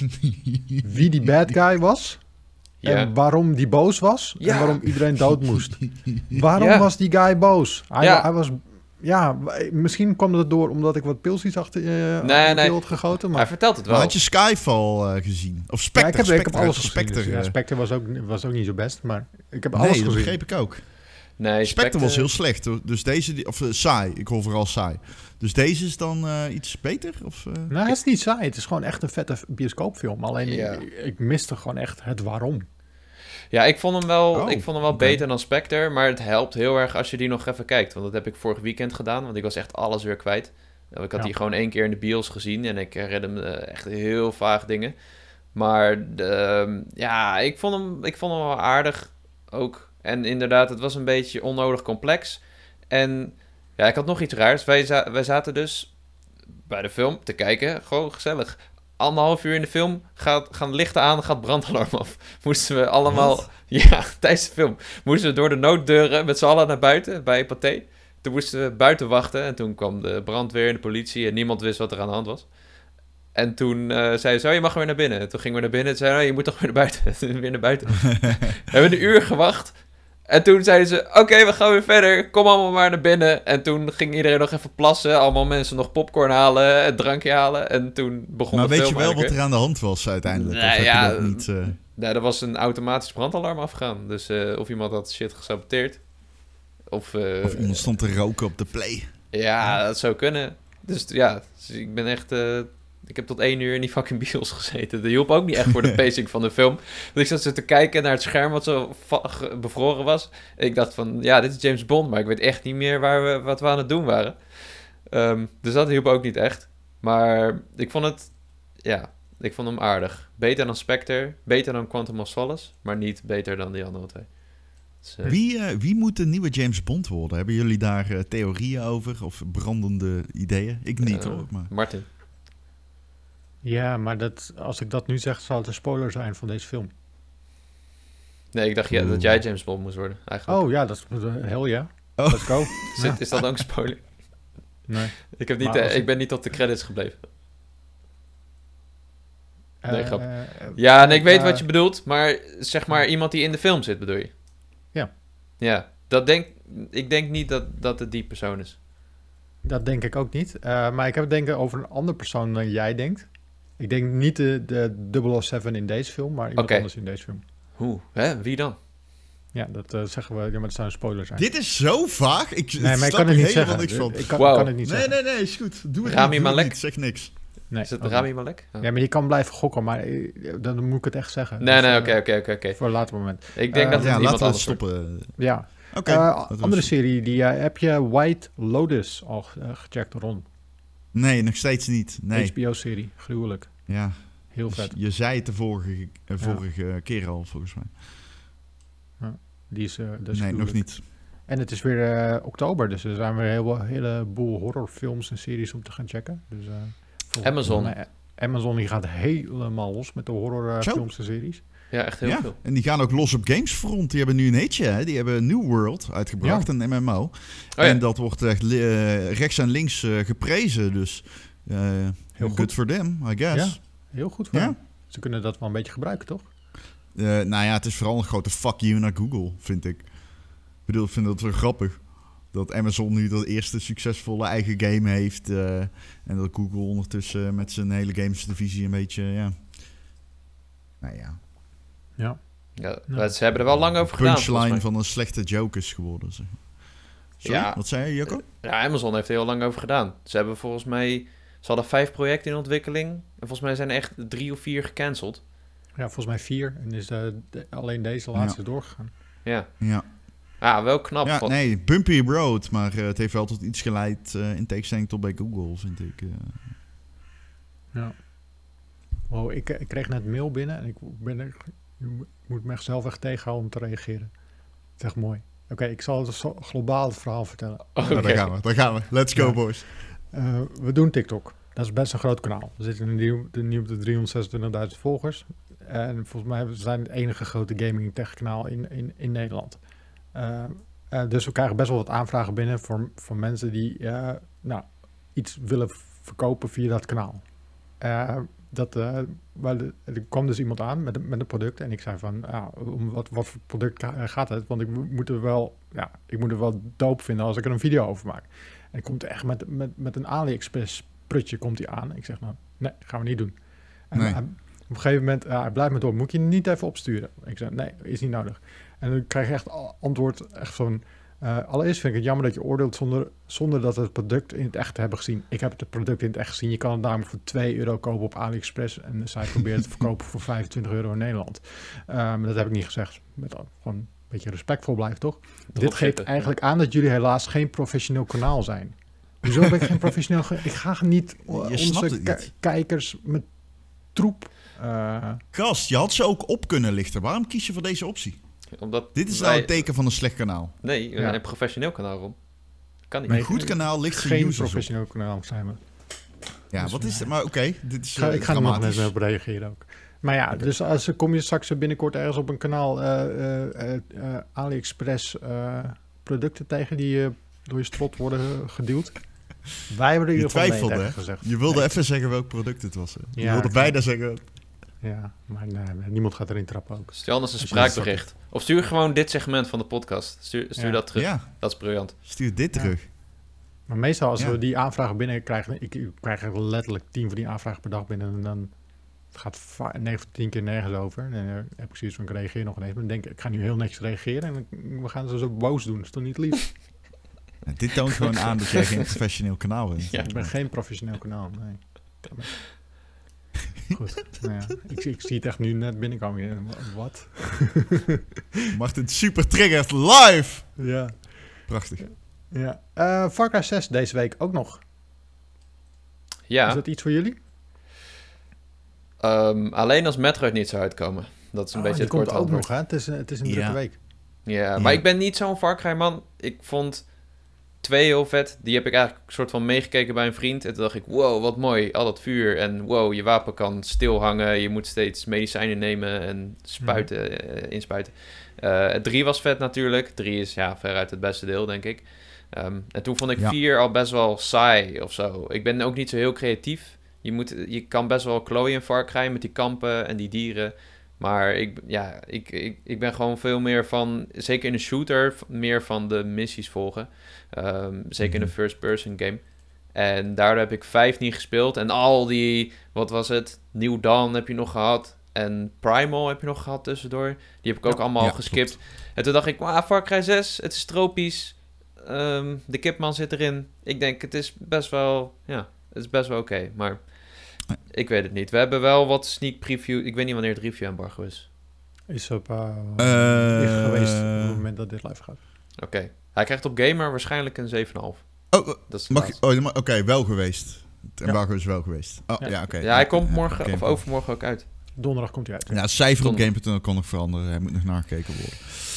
wie die bad guy was. Ja. En waarom die boos was. Ja. En waarom iedereen dood moest. Waarom Ja. was die guy boos? Hij, Ja. hij was... Ja, misschien kwam dat door omdat ik wat pilsjes achter uh, Nee, nee. had gegoten. Maar... Hij vertelt het wel. Maar had je Skyfall uh, gezien? Of Spectre? Ja, ik heb, Spectre, ik heb alles gezien. Spectre, Dus, ja, uh, Spectre was ook, was ook niet zo best, maar ik heb nee, alles dat gezien. begreep ik ook. Nee, Spectre was heel slecht. Hoor. Dus deze, die- of uh, saai. Ik hoor vooral saai. Dus deze is dan uh, iets beter? Of, uh? Nou, het is niet saai. Het is gewoon echt een vette bioscoopfilm. Alleen Ja. ik, ik miste gewoon echt het waarom. Ja, ik vond hem wel, Oh, ik vond hem wel okay. beter dan Spectre, maar het helpt heel erg als je die nog even kijkt. Want dat heb ik vorig weekend gedaan, want ik was echt alles weer kwijt. Ik had Ja. die gewoon één keer in de bios gezien en ik herinner me echt heel vaag dingen. Maar de, ja, ik vond, hem, ik vond hem wel aardig ook. En inderdaad, het was een beetje onnodig complex. En ja, ik had nog iets raars. Wij, za- wij zaten dus bij de film te kijken, gewoon gezellig. Anderhalf uur in de film gaat, gaan lichten aan, gaat brandalarm af. Moesten we allemaal... Wat? Ja, tijdens de film. Moesten we door de nooddeuren met z'n allen naar buiten, bij Pathé. Toen moesten we buiten wachten en toen kwam de brandweer en de politie en niemand wist wat er aan de hand was. En toen uh, zeiden ze, oh, je mag weer naar binnen. En toen gingen we naar binnen en zeiden, oh, je moet toch weer naar buiten. weer naar buiten. We hebben een uur gewacht. En toen zeiden ze, oké, okay, we gaan weer verder. Kom allemaal maar naar binnen. En toen ging iedereen nog even plassen. Allemaal mensen nog popcorn halen, een drankje halen. En toen begon Maar de weet film je wel wat eigenlijk er aan de hand was uiteindelijk? Nou of heb ja, je dat niet... Uh... Nou, er was een automatisch brandalarm afgegaan. Dus uh, of iemand had shit gesaboteerd. Of, uh, Of iemand stond te roken op de play. Ja, dat zou kunnen. Dus ja, dus ik ben echt... Uh, ik heb tot één uur in die fucking bios gezeten. Dat hielp ook niet echt voor de pacing van de film. Dus ik zat zo te kijken naar het scherm wat zo va- ge- bevroren was. En ik dacht van, ja, dit is James Bond. Maar ik weet echt niet meer waar we, wat we aan het doen waren. Um, dus dat hielp ook niet echt. Maar ik vond het... Ja, ik vond hem aardig. Beter dan Spectre. Beter dan Quantum of Solace. Maar niet beter dan die andere twee. Dus, uh, wie, uh, wie moet de nieuwe James Bond worden? Hebben jullie daar uh, theorieën over? Of brandende ideeën? Ik niet uh, hoor. Maar... Martin. Ja, maar dat, als ik dat nu zeg, zal het een spoiler zijn van deze film. Nee, ik dacht ja, dat jij James Bond moest worden, eigenlijk. Oh ja, dat is hell ja. Oh. Let's go. Is, het, is dat ook een spoiler? Nee. Ik, heb niet, Maar uh, als ik ik- ben niet tot de credits gebleven. Nee, Eh, grap. eh, Ja, en ik weet eh, wat je bedoelt, maar zeg maar iemand die in de film zit, bedoel je? Ja. Ja, dat denk, ik denk niet dat, dat het die persoon is. Dat denk ik ook niet. Uh, maar ik heb het denken over een andere persoon dan jij denkt. Ik denk niet de, de double oh seven in deze film, maar iemand Oké. anders in deze film. Hoe? Hè? Wie dan? Ja, dat uh, zeggen we. Ja, maar dat zou een spoiler zijn. Dit is zo vaag. Ik, nee, maar ik snap kan het er niet helemaal zeggen. niks van. Ik kan, Wow. kan het niet Nee, zeggen. nee, nee, is goed. Doe het Rami niet, doe het Malek? niet. Zeg niks. Nee, Is het ook Rami niet. Malek? Oh. Ja, maar die kan blijven gokken, maar eh, dan moet ik het echt zeggen. Nee, Dus, nee, eh, oké, oké, oké, oké. Voor een later moment. Ik denk Eh, dat het Ja, iemand laten we het anders wordt. stoppen. Ja. Oké. Eh, laten we andere het- serie, die, eh, heb je White Lotus al uh, gecheckt, Ron? Nee, nog steeds niet. Nee. H B O-serie, gruwelijk. Ja. Heel Dus vet. je zei het de vorige, uh, vorige keer al, volgens mij. Die is, uh, dat is nee, gruwelijk. nog niet. En het is weer uh, oktober, dus er zijn weer een hele, heleboel horrorfilms en series om te gaan checken. Dus, uh, volgens Amazon. mij- Amazon die gaat helemaal los met de Zo. horrorfilms en series. Ja, echt heel Ja, veel. en die gaan ook los op Gamesfront. Die hebben nu een hitje, hè? Die hebben New World uitgebracht, Ja. een M M O. Oh, ja. En dat wordt echt uh, rechts en links uh, geprezen. Dus uh, Heel good goed. for them, I guess. Heel goed voor Ja? hen. Ze kunnen dat wel een beetje gebruiken, toch? Uh, nou ja, het is vooral een grote fuck you naar Google, vind ik. Ik bedoel, ik vind dat wel grappig. Dat Amazon nu dat eerste succesvolle eigen game heeft. Uh, en dat Google ondertussen met zijn hele gamesdivisie een beetje, ja... Nou ja... Ja. Ja, Ja. maar ze hebben er wel lang over gedaan, volgens punchline mij. van een slechte joke is geworden, zeg maar. Sorry, Ja. wat zei je, Jacco? Ja, Amazon heeft er heel lang over gedaan. Ze hebben volgens mij... Ze hadden vijf projecten in ontwikkeling. En volgens mij zijn er echt drie of vier gecanceld. Ja, volgens mij vier. En is uh, de- alleen deze laatste Ja. doorgegaan. Ja. Ja. Ah, wel knap. Ja, wat- nee, bumpy road, maar uh, het heeft wel tot iets geleid uh, in tegenstelling tot bij Google, vind ik. Uh. Ja. Oh, ik, ik kreeg net mail binnen en ik, ben er, ik moet mezelf echt tegenhouden om te reageren. Het is echt mooi. Oké, okay, ik zal het zo globaal het verhaal vertellen. Okay. Nou, daar gaan we, daar gaan we. Let's go, ja. boys. Uh, we doen TikTok. Dat is best een groot kanaal. We zitten nu, nu op de driehonderdzesentwintigduizend volgers. En volgens mij zijn we het enige grote gaming tech kanaal in, in, in Nederland. Uh, uh, dus we krijgen best wel wat aanvragen binnen voor, voor mensen die uh, nou, iets willen verkopen via dat kanaal. Uh, dat, uh, maar de, er kwam dus iemand aan met, met een product en ik zei van, ja, om wat, wat voor product gaat het? Want ik moet er wel, ja, ik moet er wel dope vinden als ik er een video over maak. En hij komt echt met, met, met een AliExpress prutje komt hij aan. Ik zeg nou, nee, gaan we niet doen. En nee. hij, op een gegeven moment, uh, hij blijft me door, moet je niet even opsturen? Ik zeg, nee, is niet nodig. En dan krijg je echt antwoord, echt van, uh, allereerst vind ik het jammer dat je oordeelt zonder, zonder dat we het product in het echt hebben gezien. Ik heb het product in het echt gezien. Je kan het namelijk voor twee euro kopen op AliExpress en zij probeert het te verkopen voor vijfentwintig euro in Nederland. Uh, maar dat heb ik niet gezegd. Met gewoon een beetje respectvol blijven, toch? Dit geeft zitten, eigenlijk ja. aan dat jullie helaas geen professioneel kanaal zijn. Hoezo ben ik geen professioneel? Ge- ik ga niet uh, onze k- kijkers met troep. Uh... Gast, je had ze ook op kunnen lichten. Waarom kies je voor deze optie? Omdat Dit is wij... nou een teken van een slecht kanaal. Nee, ja. een professioneel kanaal, Ron. Kan niet. Nee, een goed kanaal ligt geen professioneel op. kanaal zijn we. Ja, dus wat is het? Maar oké, okay, dit is ga, uh, Ik ga er nog net op reageren ook. Maar ja, okay. dus als kom je straks binnenkort ergens op een kanaal uh, uh, uh, uh, AliExpress uh, producten tegen die uh, door je strot worden geduwd. Wij hebben er in ieder geval nee tegen gezegd. Je wilde nee. even zeggen welk product het was. Hè? Je ja, wilde bijna zeggen... Ja, maar nee, niemand gaat erin trappen ook. Stuur anders een spraakbericht. Of stuur gewoon dit segment van de podcast. Stuur, stuur ja. dat terug. Ja. Dat is briljant. Stuur dit terug. Ja. Maar meestal als ja. we die aanvragen binnen krijgen... Ik, ik krijg letterlijk tien van die aanvragen per dag binnen... en dan gaat negen of tien keer nergens over. En dan heb ik zoiets van, ik reageer nog ineens. Maar dan denk ik, ik ga nu heel netjes reageren... en we gaan ze zo boos doen. Dat is toch niet lief? Ja, dit toont gewoon aan dat jij geen professioneel kanaal bent. Ja, ik ben geen professioneel kanaal, nee. Goed, nou ja, ik, ik zie het echt nu net binnenkomen. Wat? Martin super triggerd live! Ja. Prachtig. Ja. Uh, Far Cry zes deze week ook nog. Ja. Is dat iets voor jullie? Um, alleen als Metroid niet zou uitkomen. Dat is een oh, beetje het korte komt ook antwoord. nog, hè? Het is, het is een ja. drukke week. Ja, ja, maar ik ben niet zo'n Far Cry man. Ik vond twee heel vet. Die heb ik eigenlijk een soort van meegekeken bij een vriend. En toen dacht ik, wow, wat mooi. Al dat vuur. En wow, je wapen kan stilhangen. Je moet steeds medicijnen nemen en spuiten, hmm. uh, inspuiten. Uh, drie was vet natuurlijk. Drie is ja, veruit het beste deel, denk ik. Um, en toen vond ik ja. vier al best wel saai of zo. Ik ben ook niet zo heel creatief. Je, moet, je kan best wel klooien in Far Cry met die kampen en die dieren. Maar ik, ja, ik, ik, ik ben gewoon veel meer van, zeker in een shooter, meer van de missies volgen. Um, zeker in een first-person game. En daardoor heb ik vijf niet gespeeld. En al die, wat was het? New Dawn heb je nog gehad. En Primal heb je nog gehad tussendoor. Die heb ik ook ja, allemaal ja, geskipt. Klopt. En toen dacht ik, wow, Far Cry zes, het is tropisch. Um, de kipman zit erin. Ik denk, het is best wel, ja, het is best wel oké. Okay, maar ik weet het niet. We hebben wel wat sneak preview. Ik weet niet wanneer het review embargo is. Is op uh, uh, geweest op het moment dat dit live gaat. Oké. Okay. Hij krijgt op Gamer waarschijnlijk een zeven komma vijf. Oh, mag je, oh, oké, okay, wel geweest. Het embargo ja. is wel geweest. Oh, ja, ja oké. Okay. Ja, hij komt morgen ja, of overmorgen ook uit. Donderdag komt hij uit. Ja, het cijfer op game punt n l kan nog veranderen. Hij moet nog nagekeken worden.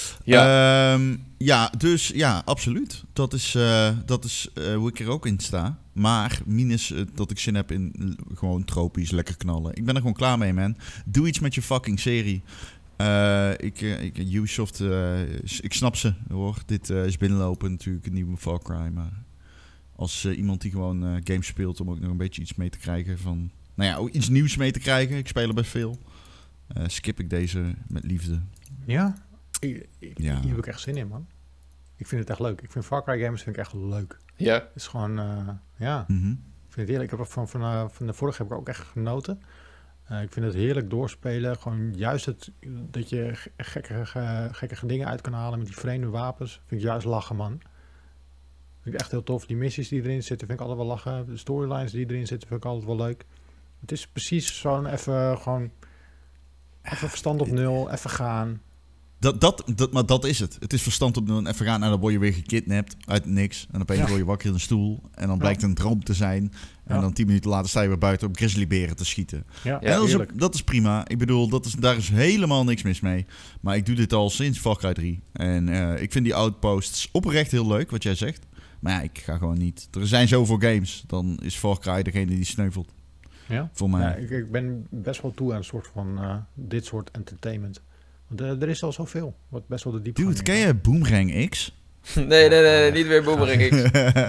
Ja, um, ja dus ja, absoluut. Dat is, uh, dat is uh, hoe ik er ook in sta. Maar minus uh, dat ik zin heb in uh, gewoon tropisch, lekker knallen. Ik ben er gewoon klaar mee, man. Doe iets met je fucking serie. Uh, ik, uh, ik, Ubisoft, uh, ik snap ze hoor. Dit uh, is binnenlopen natuurlijk, een nieuwe Far Cry. Maar als uh, iemand die gewoon uh, games speelt om ook nog een beetje iets mee te krijgen van... Nou ja, ook iets nieuws mee te krijgen. Ik speel er best veel. Uh, skip ik deze met liefde. Ja? Ik, ik, ja. Hier heb ik echt zin in, man. Ik vind het echt leuk. Ik vind Far Cry games vind ik echt leuk. Ja. Het is gewoon, uh, ja. Mm-hmm. Ik vind het heerlijk. Ik heb van, van, uh, van de vorige heb ik ook echt genoten. Uh, ik vind het heerlijk doorspelen. Gewoon juist het, dat je gekke, ge, gekke dingen uit kan halen met die vreemde wapens. Vind ik juist lachen, man. Vind ik echt heel tof. Die missies die erin zitten vind ik altijd wel lachen. De storylines die erin zitten vind ik altijd wel leuk. Het is precies zo'n even gewoon... Even verstand op nul, even gaan. Dat, dat, dat, maar dat is het. Het is verstand op doen. Even gaan en dan word je weer gekidnapt uit niks. En opeens Ja. word je wakker in een stoel. En dan blijkt het een droom te zijn. En Ja. dan tien minuten later sta je weer buiten op grizzlyberen te schieten. Ja, en dat is, heerlijk. dat is prima. Ik bedoel, dat is, daar is helemaal niks mis mee. Maar ik doe dit al sinds Far Cry drie. En uh, ik vind die outposts oprecht heel leuk, wat jij zegt. Maar ja, ik ga gewoon niet. Er zijn zoveel games. Dan is Far Cry degene die sneuvelt. Ja? Voor mij. Ja, ik, ik ben best wel toe aan een soort van uh, dit soort entertainment. Want uh, er is al zoveel. Wat best wel de diepgang. Dude, ken je Boomerang X? nee, nee, nee, nee, niet weer Boomerang X.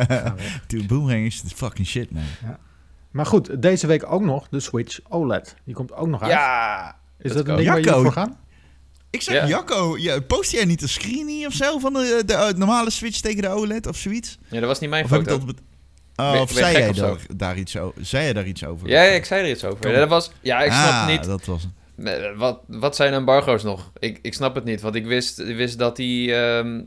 Dude, Boomerang X is fucking shit, man. Ja. Maar goed, deze week ook nog de Switch O L E D. Die komt ook nog uit. Ja! Is dat dat een kan. ding waar Jacco. jullie voor gaan? Ik zeg, Ja. Jacco, ja, post jij niet een screenie of zo van de, de, de normale Switch tegen de O L E D of zoiets? Ja, dat was niet mijn Of, heb ik foto. dat be- oh, Ben- of ben je zei, gek jij of zo? daar, daar iets over? zei jij daar iets over? Ja, ja, ik zei er iets over. Kom. Ja, dat was, ja, ik snap ah, niet. dat was het. Nee, Wat, wat zijn embargo's nog? Ik, ik snap het niet, want ik wist, ik wist dat die ehm,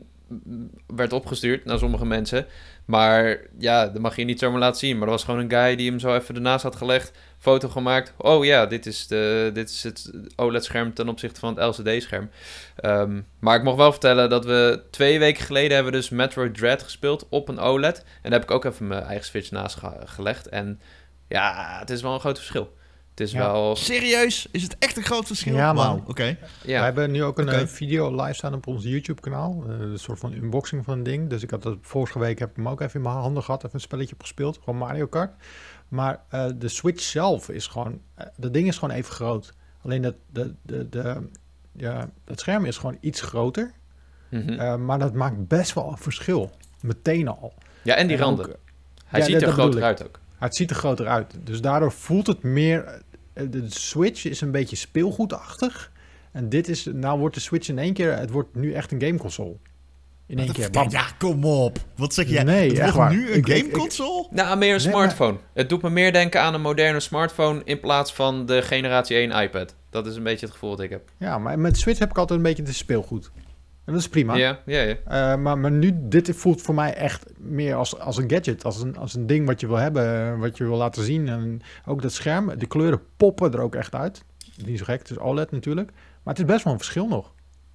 werd opgestuurd naar sommige mensen. Maar ja, dat mag je niet zomaar laten zien. Maar er was gewoon een guy die hem zo even ernaast had gelegd, foto gemaakt. Oh ja, dit is, de, dit is het O L E D-scherm ten opzichte van het L C D-scherm. Um, maar ik mocht wel vertellen dat we twee weken geleden hebben we dus Metroid Dread gespeeld op een O L E D. En daar heb ik ook even mijn eigen Switch naast ge- gelegd. En ja, het is wel een groot verschil. Het is Ja. wel... Serieus? Is het echt een groot verschil? Ja, man. Wauw, oké. We Ja. hebben nu ook een Oké. eh, video live staan op ons YouTube-kanaal. Uh, een soort van unboxing van een ding. Dus ik had dat vorige week heb ik hem ook even in mijn handen gehad. Even een spelletje op gespeeld. Gewoon Mario Kart. Maar uh, de Switch zelf is gewoon... Uh, dat ding is gewoon even groot. Alleen dat de, de, de, ja, het scherm is gewoon iets groter. Mhm. Uh, maar dat maakt best wel een verschil. Meteen al. Ja, en die En randen. ook, Hij ja, ziet dat- er dat groter bedoel ik. uit ook. Het ziet er groter uit. Dus daardoor voelt het meer... De Switch is een beetje speelgoedachtig. En dit is... Nou wordt de Switch in één keer... Het wordt nu echt een gameconsole. In één keer. Bam. Ja, kom op. Wat zeg jij? Nee, het echt wordt waar. nu een Ik- ik- ik- gameconsole? Nou, meer een Nee, smartphone. Het doet me meer denken aan een moderne smartphone in plaats van de generatie één iPad. Dat is een beetje het gevoel dat ik heb. Ja, maar met de Switch heb ik altijd een beetje het speelgoed. En dat is prima. Ja, ja, ja. Uh, maar, maar nu, dit voelt voor mij echt meer als, als een gadget. Als een, als een ding wat je wil hebben, wat je wil laten zien. En ook dat scherm, de kleuren poppen er ook echt uit. Niet zo gek, het is O L E D natuurlijk. Maar het is best wel een verschil nog.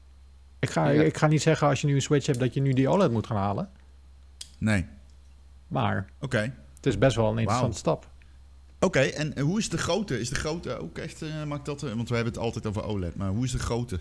Ik ga, Ja. ik ga niet zeggen als je nu een Switch hebt dat je nu die O L E D moet gaan halen. Nee. Maar Oké. het is best wel een interessante stap. Oké, en hoe is de grootte? Is de grootte ook echt, uh, maakt dat, uh, want we hebben het altijd over O L E D, maar hoe is de grootte?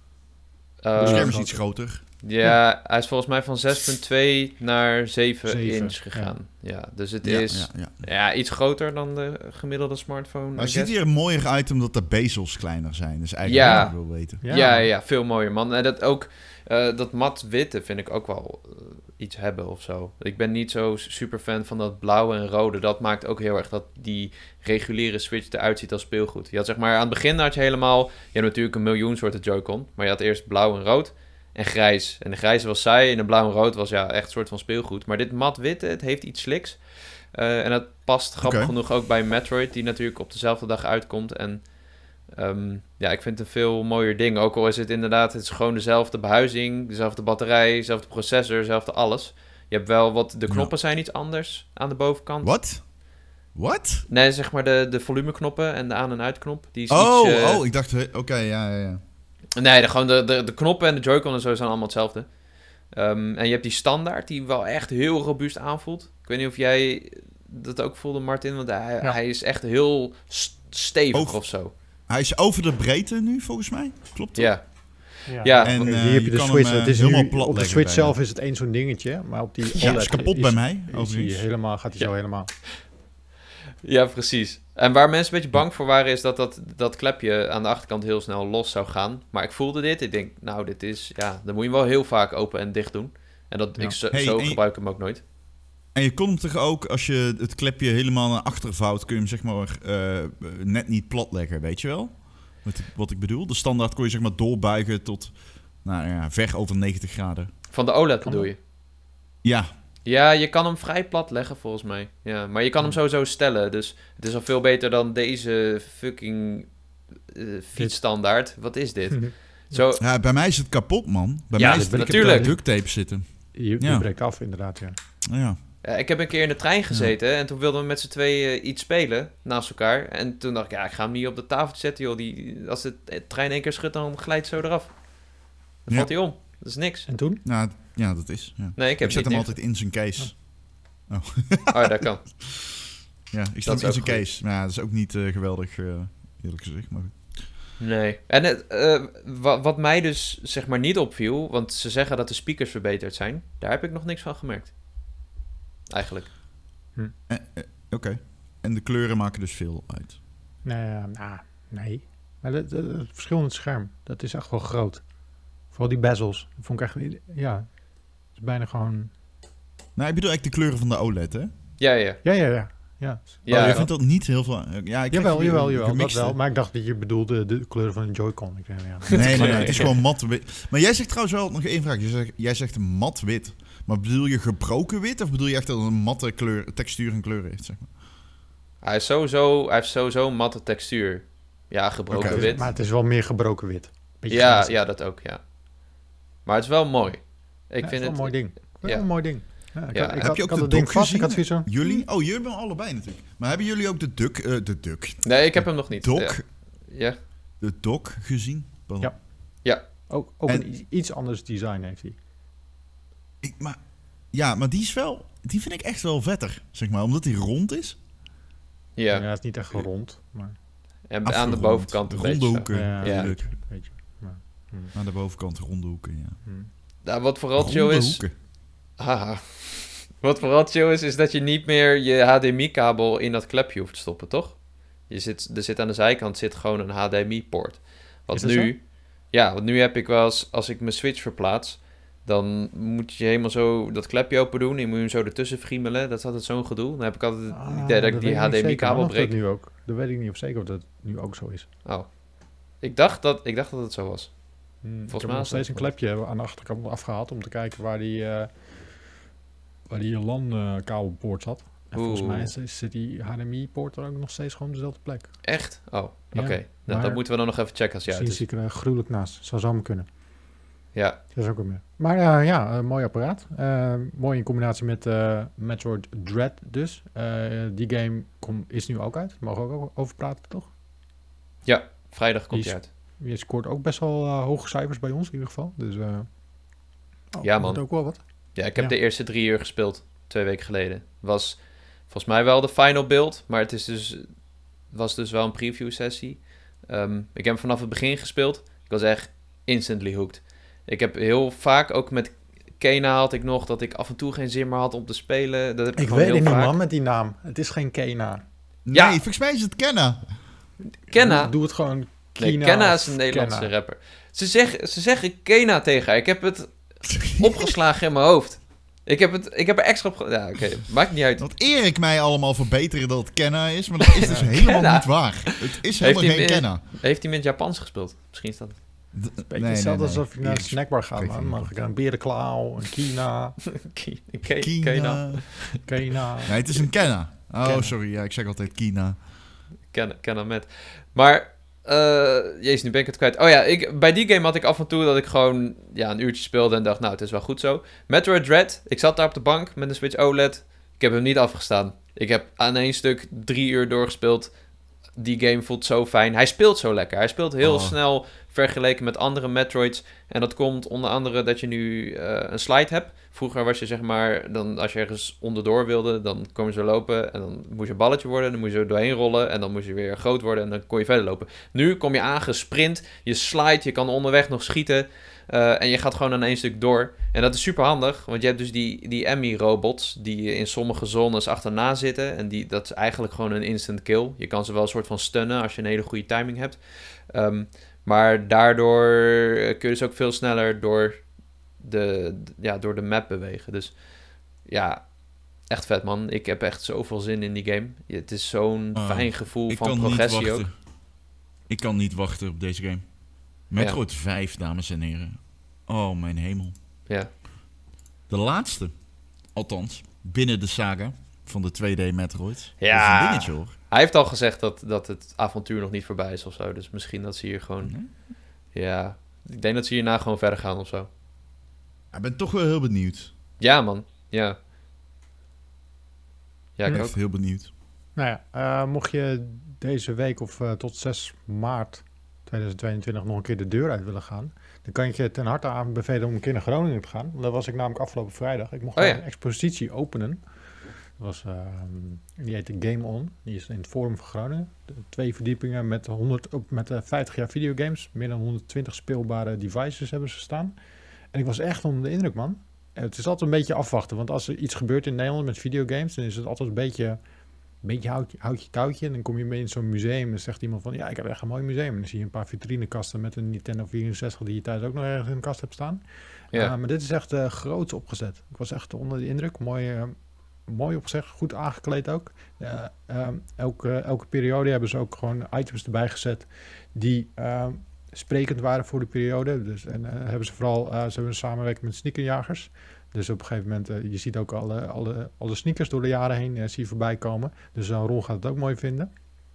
Uh, Het scherm is groter. iets groter. ja, hij is volgens mij van zes komma twee naar zeven Zeven, inch gegaan. Ja, dus het Ja, is ja, ja. ja, iets groter dan de gemiddelde smartphone. Maar I het ziet guess. hier mooier uit omdat de bezels kleiner zijn. Dus eigenlijk Ja. wat ik wil weten. Ja, Ja, ja, ja, veel mooier, man. En dat ook, uh, dat mat witte vind ik ook wel uh, iets hebben of zo. Ik ben niet zo super fan van dat blauwe en rode. Dat maakt ook heel erg dat die reguliere Switch eruit ziet als speelgoed. Je had zeg maar, aan het begin had je helemaal, je hebt natuurlijk een miljoen soorten Joy-Con, maar je had eerst blauw en rood en grijs. En de grijze was saai en de blauw en rood was ja echt een soort van speelgoed. Maar dit mat witte, het heeft iets sliks. Uh, en dat past grappig Oké. genoeg ook bij Metroid, die natuurlijk op dezelfde dag uitkomt. En Um, ja, ik vind het een veel mooier ding. Ook al is het inderdaad, het is gewoon dezelfde behuizing, dezelfde batterij, dezelfde processor, dezelfde alles. Je hebt wel wat, de knoppen zijn iets anders aan de bovenkant. Wat? Wat? Nee, zeg maar de, de volumeknoppen en de aan- en uitknop. Die is Oh, iets, uh, oh, ik dacht, he- oké, ja, ja, ja. Nee, de, gewoon de, de, de knoppen en de Joy-Con en zo zijn allemaal hetzelfde. Um, en je hebt die standaard die wel echt heel robuust aanvoelt. Ik weet niet of jij dat ook voelde, Martin, want hij, Ja. hij is echt heel st- stevig Over- of zo. Hij is over de breedte nu, volgens mij. Klopt dat? Ja. Ja. Ja. En Oké, uh, hier heb je de kan Switch. hem, uh, het is helemaal nu, plat op de leggen Switch bijna. zelf is het één zo'n dingetje. Maar op die Ja, O L E D is kapot bij mij, is hij overigens. helemaal, gaat hij Ja. zo helemaal. Ja, precies. En waar mensen een beetje bang voor waren, is dat, dat dat klepje aan de achterkant heel snel los zou gaan. Maar ik voelde dit. Ik denk, nou, dit is, ja, dan moet je hem wel heel vaak open en dicht doen. En dat, Ja. ik zo, Hey, zo en je- gebruik ik hem ook nooit. En je kon hem toch ook, als je het klepje helemaal naar achter vouwt, kun je hem zeg maar uh, net niet plat leggen, weet je wel? Wat ik, wat ik bedoel? De standaard kon je zeg maar doorbuigen tot, nou ja, ver over negentig graden. Van de O L E D Kan bedoel dat? je? Ja, Ja, je kan hem vrij plat leggen volgens mij. Ja, maar je kan hem sowieso stellen. Dus het is al veel beter dan deze fucking uh, fietsstandaard. Wat is dit? Zo, ja, bij mij is het kapot, man. Bij Ja, mij is het, ik heb natuurlijk. daar duct tape zitten. Je, je Ja. breekt af, inderdaad, ja. Ja. ja, ik heb een keer in de trein gezeten en toen wilden we met z'n tweeën iets spelen naast elkaar. En toen dacht ik, ja, ik ga hem niet op de tafel zetten, joh. Die, als de trein één keer schudt, dan glijdt het zo eraf. Dan Ja. valt hij om. Dat is niks. En toen? Nou, ja, dat is. Ja. Nee, ik heb Ik zet niet hem neer- altijd in zijn case. Oh ja, dat kan. Ja, ik Dat zet is hem in ook zijn case. Maar ja, dat is ook niet uh, geweldig, uh, eerlijk gezegd. Maar goed. Nee. En het, uh, wa- wat mij dus zeg maar niet opviel, want ze zeggen dat de speakers verbeterd zijn, daar heb ik nog niks van gemerkt. Eigenlijk. Uh, uh, Oké. Okay. En de kleuren maken dus veel uit. Nee, uh, nah, nee. Maar het, het, het verschil in het scherm, dat is echt wel groot. Vooral die bezels. Dat vond ik echt, ja, het is bijna gewoon... Nou, ik bedoel eigenlijk de kleuren van de O L E D, hè? Ja, ja. Ja, ja, ja. Ja, Ja, oh, je ja. vindt dat niet heel veel... Ja, ik jawel, krijg jawel, een jawel, dat gemixte. wel. Maar ik dacht dat je bedoelde de kleuren van de Joy-Con. Ik dacht, ja. Nee, nee, nee, het is gewoon mat wit. Maar jij zegt trouwens wel nog één vraag. Je zegt, jij zegt mat wit. Maar bedoel je gebroken wit? Of bedoel je echt dat het een matte kleur, textuur en kleur heeft, zeg maar? Hij, is sowieso, hij heeft sowieso een matte textuur. Ja, gebroken Oké. wit. Maar het is wel meer gebroken wit. Beetje Ja, glazig. ja, dat ook, ja. Maar het is wel mooi. Ik Ja, het vind is wel het... een mooi ding. Wel ja. een mooi ding. Ja, ik Ja. had, ik Heb had, je ook ik had de het ding doc vast. Ik had gezien? zoiets van... Jullie? Oh, jullie hebben hem allebei natuurlijk. Maar hebben jullie ook de duck, uh, de duck, Nee, ik heb hem nog niet. doc, Ja. Ja. de doc gezien? Pardon. Ja. Ja. Ook, ook En- een i- iets anders design heeft hij. Ik, maar, ja, maar die is wel... Die vind ik echt wel vetter, zeg maar. Omdat die rond is. Ja. Ja, het is niet echt rond. Maar, En aan de Afgerond. bovenkant een Ronde beetje zo. hoeken. ja, Ja. weet je, weet je. Maar, hm, Aan de bovenkant ronde hoeken, ja. hm. Nou, wat vooral chill Ronde is... hoeken. Haha. Wat vooral chill is, is dat je niet meer je H D M I-kabel in dat klepje hoeft te stoppen, toch? Je zit, er zit aan de zijkant zit gewoon een H D M I-poort. Want Is dat nu... Ja, want nu heb ik wel eens... Als ik mijn Switch verplaats... Dan moet je helemaal zo dat klepje open doen. En moet je hem zo ertussen friemelen. Dat is altijd zo'n gedoe. Dan heb ik altijd het Ah, idee dat ik weet die niet H D M zeker, I-kabel maar of dat breek. nu ook. Dat weet ik niet of zeker of dat nu ook zo is. Oh. Ik dacht dat, ik dacht dat het zo was. Hm, ik mij heb nog is steeds een dat- klepje aan de achterkant afgehaald om te kijken waar die, eh waar die LAN-kabelpoort zat. En volgens Oeh. mij is- zit die H D M I-poort er ook nog steeds gewoon op dezelfde plek. Echt? Oh, oké. Ja, Nou, maar- dat moeten we dan nog even checken als je uit Misschien is. zie ik er gruwelijk naast. Zou zomaar kunnen. Ja, Dat is ook wel meer. Maar eh, ja, een mooi apparaat. Eh, mooi in combinatie met eh, Metroid Dread dus. Eh, die game kom, is nu ook uit. Mogen we ook over praten, toch? ja. Vrijdag komt Die hij is- uit. Je scoort ook best wel eh, hoge cijfers bij ons in ieder geval. Dus eh oh, Ja, dat man. wordt ook wel wat. Ja, ik heb Ja. de eerste drie uur gespeeld. Twee weken geleden. Was volgens mij wel de final build. Maar het is dus, was dus wel een preview sessie. Ehm, ik heb hem vanaf het begin gespeeld. Ik was echt instantly hooked. Ik heb heel vaak, ook met Kena had ik nog, dat ik af en toe geen zin meer had om te spelen. Dat heb ik, Ik gewoon weet heel het niet, vaak. man, met die naam. Het is geen Kena. Nee, Ja. volgens mij is het Kenna. Kena? Doe het gewoon Nee, Kena. Kenna of is een Nederlandse Kenna. rapper. Ze zeggen, ze zeggen Kena tegen haar. Ik heb het opgeslagen in mijn hoofd. Ik heb, het, ik heb er extra op... ge- Ja, oké. Maakt niet uit. Dat Erik mij allemaal verbeteren dat het Kenna is, maar dat is dus helemaal Kenna. niet waar. Het is helemaal hij geen in- Kenna. Heeft hij met Japans gespeeld? Misschien is dat... D- Beetje hetzelfde alsof je naar een Erik snackbar gaat, spreekt man. niet Mag ik een berenklauw, een Kina, Ke- Ke- Kina. Kena. Kena. Nee, het is een Kenna. Oh, Kenna. sorry. Ja, ik zeg altijd Kina. Ken, ken hem met. Maar, eh jezus, nu ben ik het kwijt. Oh ja, ik, bij die game had ik af en toe dat ik gewoon ja, een uurtje speelde en dacht, nou, het is wel goed zo. Metroid Dread, ik zat daar op de bank met een Switch O L E D. Ik heb hem niet afgestaan. Ik heb aan één stuk drie uur doorgespeeld. Die game voelt zo fijn. Hij speelt zo lekker. Hij speelt heel Oh. snel vergeleken met andere Metroids. En dat komt onder andere dat je nu eh, een slide hebt. Vroeger was je zeg maar, dan, als je ergens onderdoor wilde, dan kom je zo lopen en dan moest je een balletje worden. Dan moest je er doorheen rollen en dan moest je weer groot worden en dan kon je verder lopen. Nu kom je aangesprint, je slide, je kan onderweg nog schieten uh, en je gaat gewoon aan één stuk door. En dat is super handig, want je hebt dus die, die Emmy-robots die in sommige zones achterna zitten. En die, dat is eigenlijk gewoon een instant kill. Je kan ze wel een soort van stunnen als je een hele goede timing hebt. Um, maar daardoor kun je dus ook veel sneller door de, ja, door de map bewegen. Dus ja, echt vet man. Ik heb echt zoveel zin in die game. Het is zo'n Uh, fijn gevoel ik van kan progressie niet ook. wachten. Ik kan niet wachten op deze game. Metroid vijf, dames en heren. Oh, mijn hemel. Ja. De laatste. Althans, binnen de saga van de twee D Metroid. Ja. Dat is een dingetje hoor. Hij heeft al gezegd dat, dat het avontuur nog niet voorbij is of zo. Dus misschien dat ze hier gewoon... Nee? Ja, ik denk dat ze hierna gewoon verder gaan of zo. Ik ben toch wel heel benieuwd. Ja man, ja. Ja, ik Echt ook. heel benieuwd. Nou ja, uh, mocht je deze week of uh, tot zes maart tweeduizend tweeëntwintig nog een keer de deur uit willen gaan, dan kan ik je ten harte aanbevelen om een keer naar Groningen te gaan. Daar was ik namelijk afgelopen vrijdag. Ik mocht Oh, ja. een expositie openen. Dat was, uh, die heette Game On. Die is in het Forum van Groningen. De twee verdiepingen met, honderd, op, met uh, vijftig jaar videogames. Meer dan honderdtwintig speelbare devices hebben ze staan. En ik was echt onder de indruk, man. En het is altijd een beetje afwachten. Want als er iets gebeurt in Nederland met videogames, dan is het altijd een beetje, een beetje houtje, houtje touwtje. En dan kom je mee in zo'n museum en dan zegt iemand van, ja, ik heb echt een mooi museum. En dan zie je een paar vitrinekasten met een Nintendo vierenzestig die je thuis ook nog ergens in de kast hebt staan. Ja. Uh, maar dit is echt uh, groots opgezet. Ik was echt onder de indruk. Mooi, uh, mooi opgezet, goed aangekleed ook. Uh, uh, elke, elke periode hebben ze ook gewoon items erbij gezet die uh, sprekend waren voor de periode. Dus, en uh, hebben ze vooral, uh, ze hebben een samenwerking met sneakerjagers. Dus op een gegeven moment, uh, je ziet ook alle, alle, alle sneakers door de jaren heen uh, zie je voorbij komen. Dus uh, Ron gaat het ook mooi vinden.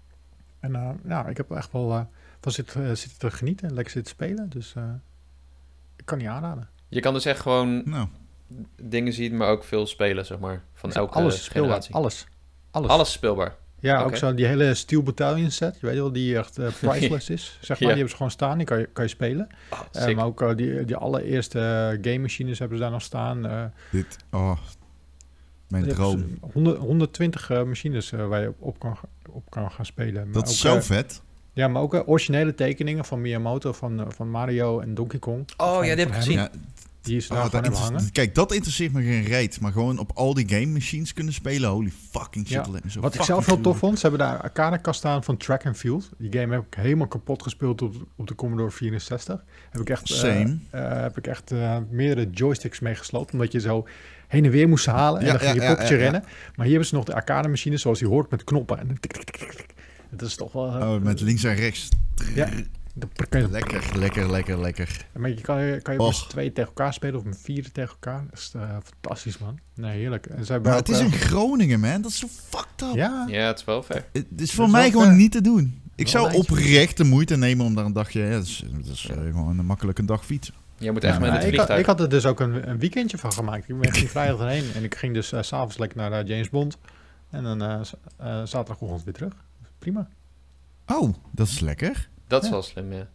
En uh, nou, ik heb echt wel uh, van zitten, uh, zitten te genieten en lekker zitten spelen. Dus uh, ik kan niet aanraden. Je kan dus echt gewoon Nou, dingen zien, maar ook veel spelen, zeg maar. Van elke alles is speelbaar. generatie. Alles. Alles. Alles speelbaar. Ja, Oké. ook zo die hele Steel Battalion set, je weet wel, die echt uh, priceless is. Zeg maar, Ja. die hebben ze gewoon staan, die kan je, kan je spelen. Oh, Uh, sick. maar ook uh, die, die allereerste uh, game machines hebben ze daar nog staan. Uh, dit... Oh, mijn je hebt droom. honderd, honderdtwintig uh, machines uh, waar je op, op, kan, op kan gaan spelen. Maar Dat ook, is zo uh, vet. Ja, maar ook uh, originele tekeningen van Miyamoto, van, uh, van Mario en Donkey Kong. Oh, Van- ja, die heb van ik hem. gezien. Ja, Die is daar oh, gewoon dat hebben inter- hangen. Kijk, dat interesseert me geen reet. Maar gewoon op al die game machines kunnen spelen. Holy fucking shit. Ja. dat lijkt me zo Wat ik fucking zelf heel tof gruwelijk. vond, ze hebben daar een arcadekast staan van Track and Field. Die game heb ik helemaal kapot gespeeld op, op de Commodore vierenzestig. Heb ik echt, uh, Same. uh, heb ik echt uh, meerdere joysticks mee gesloopt, omdat je zo heen en weer moest halen en Ja, dan ging ja, je ja, poppetje ja, ja. rennen. Maar hier hebben ze nog de arcade machines zoals je hoort met knoppen. En tik, tik, tik, tik, tik. Dat is toch wel... Uh, Oh, met links en rechts. Ja, dan kan je, Lekker, lekker, lekker, lekker. maar je kan, kan je Och. met z'n tweeën tegen elkaar spelen of met vieren tegen elkaar. Dat is uh, fantastisch, man. Nee, heerlijk. En ze hebben Maar ook, het is uh, in Groningen, man. Dat is zo fucked up. Ja, Ja, het is wel ver. Het is Dat voor is mij wel gewoon ver. niet te doen. Ik Wel zou een eindje. oprecht de moeite nemen om daar een dagje... Ja, dat is, dat is uh, gewoon een makkelijke dag fietsen. Je moet Ja, echt met maar het ik, had, vliegtuig. ik had er dus ook een, een weekendje van gemaakt. Ik ben ging vrijdag erheen en ik ging dus uh, s'avonds lekker naar uh, James Bond. En dan uh, z- uh, zaterdagochtend weer terug. Prima. Oh, dat is lekker. Dat is Ja. wel slim, ja.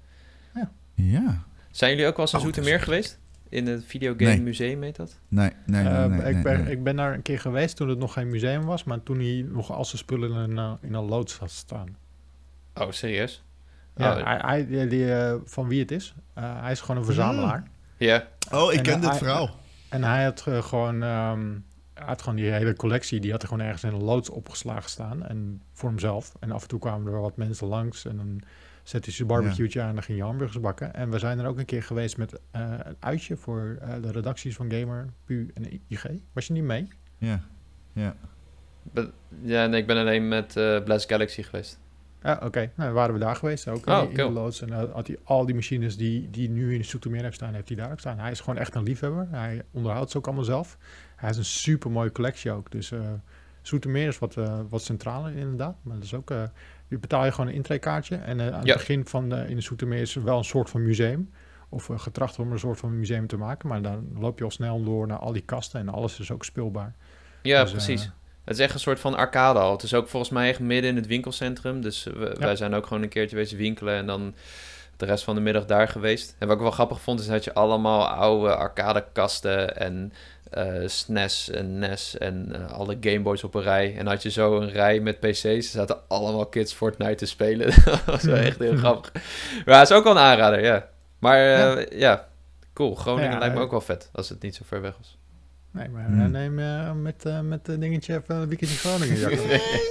Ja. Zijn jullie ook wel eens in Oh, dat is Zoetermeer echt- geweest? In het videogame Nee. museum heet dat? Nee, nee, nee, Uh, nee, ik, nee, ben, nee. ik ben daar een keer geweest toen het nog geen museum was. Maar toen hij nog al zijn spullen in een, uh, in een loods had staan. Oh, serieus? Ja, Oh, hij, hij, die, die, uh, van wie het is. Uh, hij is gewoon een verzamelaar. ja. Oh, ik En, ken uh, dit hij- verhaal. En hij had uh, gewoon... Um, hij had gewoon die hele collectie, die had er gewoon ergens in een loods opgeslagen staan. En voor hemzelf. En af en toe kwamen er wel wat mensen langs. En dan zette hij zijn barbecue'tje aan en dan ging je hamburgers bakken. En we zijn er ook een keer geweest met uh, een uitje voor uh, de redacties van Gamer, P U en I G. Was je niet mee? Ja, ja. Be- ja, nee, ik ben alleen met uh, Blast Galaxy geweest. Ja, oké. Nou, dan waren we daar geweest ook Oh, in, in cool. de loods. En uh, had hij al die machines die, die nu in Zoetermeer heeft staan, heeft hij daar ook staan. Hij is gewoon echt een liefhebber. Hij onderhoudt ze ook allemaal zelf. Hij heeft een super mooie collectie ook. Dus uh, Zoetermeer is wat, uh, wat centraler inderdaad. Maar dat is ook... Uh, je betaal je gewoon een intrekaartje. En uh, aan het Ja. begin van de, in de Zoetermeer is er wel een soort van museum. Of uh, getracht om een soort van museum te maken. Maar dan loop je al snel door naar al die kasten. En alles is ook speelbaar. Ja, Dus, uh, precies. Het is echt een soort van arcade al. Het is ook volgens mij echt midden in het winkelcentrum. Dus we, Ja. wij zijn ook gewoon een keertje wezen winkelen en dan de rest van de middag daar geweest. En wat ik wel grappig vond, is dat je allemaal oude arcadekasten en eh S N E S en N E S en eh, alle Gameboys op een rij. En had je zo een rij met P C's. Er zaten allemaal kids Fortnite te spelen. Dat was wel echt heel grappig. Maar het is ook wel een aanrader, ja. Maar eh, ja. cool. Groningen Ja, lijkt me eh, ook wel vet, als het niet zo ver weg was. Nee, maar Hmm. uh, neem uh, met, uh, met uh, dingetje even een weekendje Groningen. Jacco.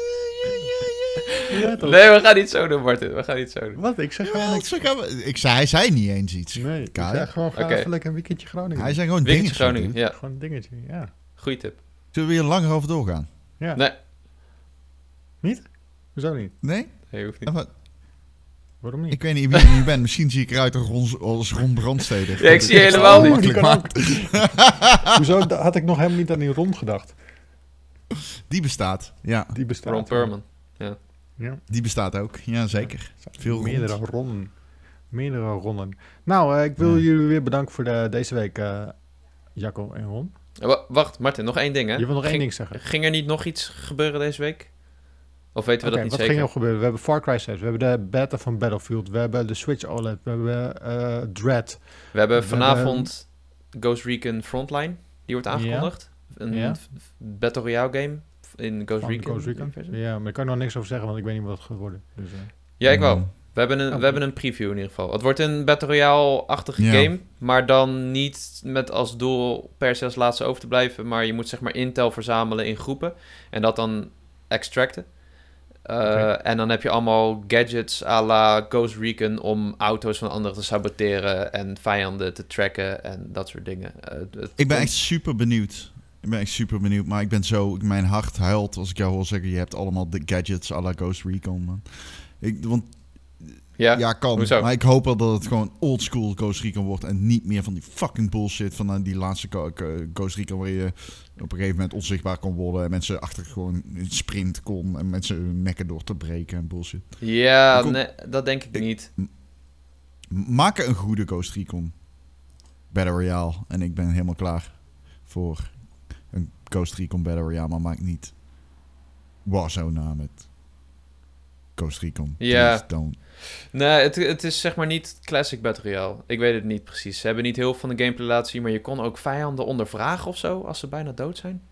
Ja, toch? Nee, we gaan niet zo doen, Martin. We gaan niet zo doen. Wat? Ik zeg gewoon Jawel, niks. zo gaan we- ik zei, hij zei niet eens iets. Nee, ik Kai. zeg gewoon ga Oké. even lekker een weekendje Groningen. Hij zei gewoon Winkeltje dingen. Groningen, ja. Gewoon een dingetje, ja. Goeie tip. Zullen we hier langer over doorgaan? ja. Nee, Niet? Hoezo niet? Nee? nee hoeft niet. Of wat? Waarom niet? Ik weet niet wie je nu bent. Misschien zie ik eruit als Ron, als Ron Brandstede. Ja, ik zie je helemaal Oh, niet. die kan ook. Hoezo da- had ik nog helemaal niet aan die Ron gedacht? Die bestaat. Ja, Die bestaat. Ron Perlman. Ja. die bestaat ook. Ja, zeker. Veel Meerdere rond. ronnen. Meerdere ronnen. Nou, uh, ik wil Ja. jullie weer bedanken voor de, deze week, uh, Jacco en Ron. Wa- Wacht, Martin, nog één ding, hè? Je wil nog één ging, ding zeggen. Ging er niet nog iets gebeuren deze week? Of weten we Oké, dat niet wat zeker? ging er gebeuren? We hebben Far Cry zes, we hebben de beta van Battlefield, we hebben de Switch O L E D, we hebben uh, Dread. We hebben we vanavond Ghost Recon Frontline, die wordt aangekondigd. Ja. Een Ja. f- Battle Royale game in Ghost Van Recon. Ghost Recon. universum. Ja, maar ik kan er nog niks over zeggen, want ik weet niet wat het gaat worden. Dus, uh, Ja, ik wel. Mm. We hebben, een, Oh. we hebben een preview in ieder geval. Het wordt een Battle Royale-achtige Ja. game, maar dan niet met als doel per se als laatste over te blijven, maar je moet zeg maar intel verzamelen in groepen en dat dan extracten. Uh, Oké. En dan heb je allemaal gadgets à la Ghost Recon om auto's van anderen te saboteren en vijanden te tracken en dat soort dingen. Uh, het- Ik ben echt super benieuwd. Ik ben echt super benieuwd, maar ik ben zo... Mijn hart huilt als ik jou hoor zeggen... Je hebt allemaal de gadgets à la Ghost Recon, man. Ik, want Ja, ja, kan. hoezo? Maar ik hoop wel dat het gewoon oldschool Ghost Recon wordt... en niet meer van die fucking bullshit van uh, die laatste go- go- Ghost Recon... waar je op een gegeven moment onzichtbaar kon worden... en mensen achter gewoon een sprint kon... en mensen hun nekken door te breken en bullshit. ja Ik kom- nee, dat denk ik ik- niet. Maak een goede Ghost Recon Battle Royale... en ik ben helemaal klaar voor een Ghost Recon Battle Royale... maar maak niet Warzone na met Ghost Recon. Ja. Please don't. Nee, het, het is zeg maar niet classic Battle Royale. Ik weet het niet precies. Ze hebben niet heel veel van de gameplay laten zien, maar je kon ook vijanden ondervragen of zo, als ze bijna dood zijn.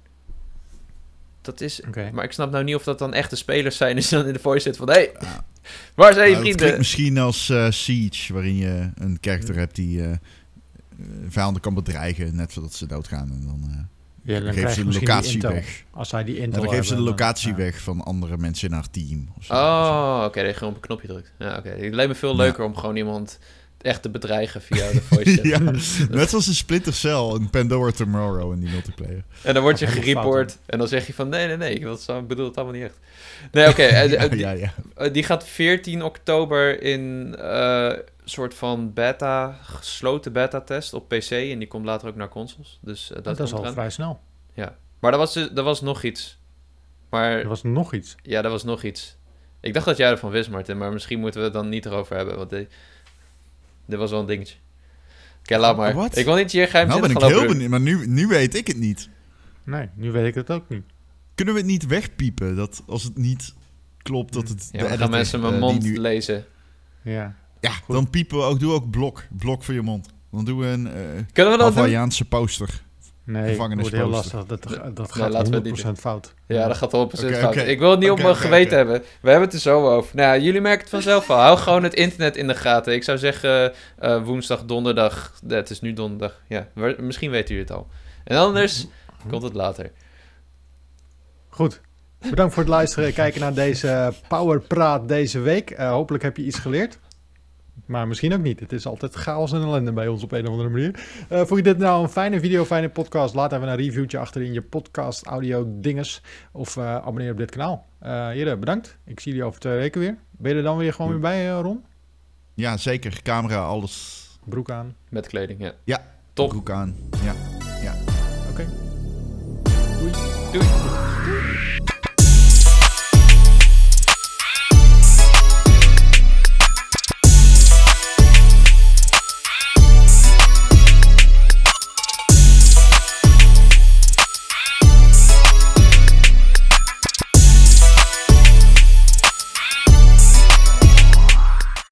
Dat is... Oké. Maar ik snap nou niet of dat dan echte spelers zijn, dus dan in de voice zit van, hé, hey, Ja. waar zijn je Nou, het vrienden? klinkt misschien als eh, Siege, waarin je een character hebt die eh, eh, vijanden kan bedreigen net voordat ze doodgaan. En dan, eh, Ja, dan dan krijg geven je ze de misschien die locatie intel. weg. Als zij die En intel dan geven ze de hebben, dan- locatie ja. weg van andere mensen in haar team. Of zo. Oh, oké, dat je gewoon op een knopje drukt. Ja, oké. Het lijkt me veel Ja. leuker om gewoon iemand echt te bedreigen via de voice chat. ja, net zoals een Splinter Cell, een Pandora Tomorrow in die multiplayer. En dan word je Dat is helemaal gereport fout, en dan zeg je van, nee, nee, nee, ik wil het zo- ik bedoel het allemaal niet echt. Nee, oké. eh, ja, eh, die- ja, ja. Uh, die gaat veertien oktober in uh, soort van beta, gesloten beta-test op P C. En die komt later ook naar consoles. Dus uh, dat, Dat, is komt al eraan. vrij snel. Maar er was, dus- er was nog iets. Maar Er was nog iets. ja, er was nog iets. Ik dacht dat jij ervan wist, Martin. Maar misschien moeten we het dan niet erover hebben. Want dit, dit was wel een dingetje. Oké, laat maar. Wat? Ik wil niet je Nou geheimzinnig ben ik gaan heel lopen benieuwd, maar nu, nu weet ik het niet. Nee, nu weet ik het ook niet. Kunnen we het niet wegpiepen dat als het niet klopt dat het... doen. de Ja, dan editor, gaan mensen mijn eh, die mond nu- lezen. Ja. Ja, dan piepen we ook, doe ook blok. Blok voor je mond. Dan doen we een uh, Kunnen we dat doen? Hawaiiaanse poster. Nee, het wordt heel Gevangenisposter. lastig. Dat, dat Nee, gaat laten we het honderd niet procent fout. Ja, dat gaat honderd procent Oké, fout. oké. Ik wil het niet Oké, op mijn oké, geweten oké. hebben. We hebben het er zo over. Nou, ja, jullie merken het vanzelf wel. Hou gewoon het internet in de gaten. Ik zou zeggen uh, woensdag, donderdag. Nee, het is nu donderdag. Ja, waar- misschien weten jullie het al. En anders komt het later. Goed. Bedankt voor het luisteren en kijken naar deze Powerpraat deze week. Uh, hopelijk heb je iets geleerd. Maar misschien ook niet. Het is altijd chaos en ellende bij ons op een of andere manier. Uh, vond je dit nou een fijne video, fijne podcast? Laat even een reviewtje achter in je podcast, audio dinges. Of uh, abonneer op dit kanaal. Uh, heren, bedankt. Ik zie jullie over twee weken weer. Ben je er dan weer gewoon weer bij, uh, Ron? Ja, zeker. Camera, alles. Broek aan. Met kleding, ja. Ja, Top. broek aan. Ja. Oké. Doei.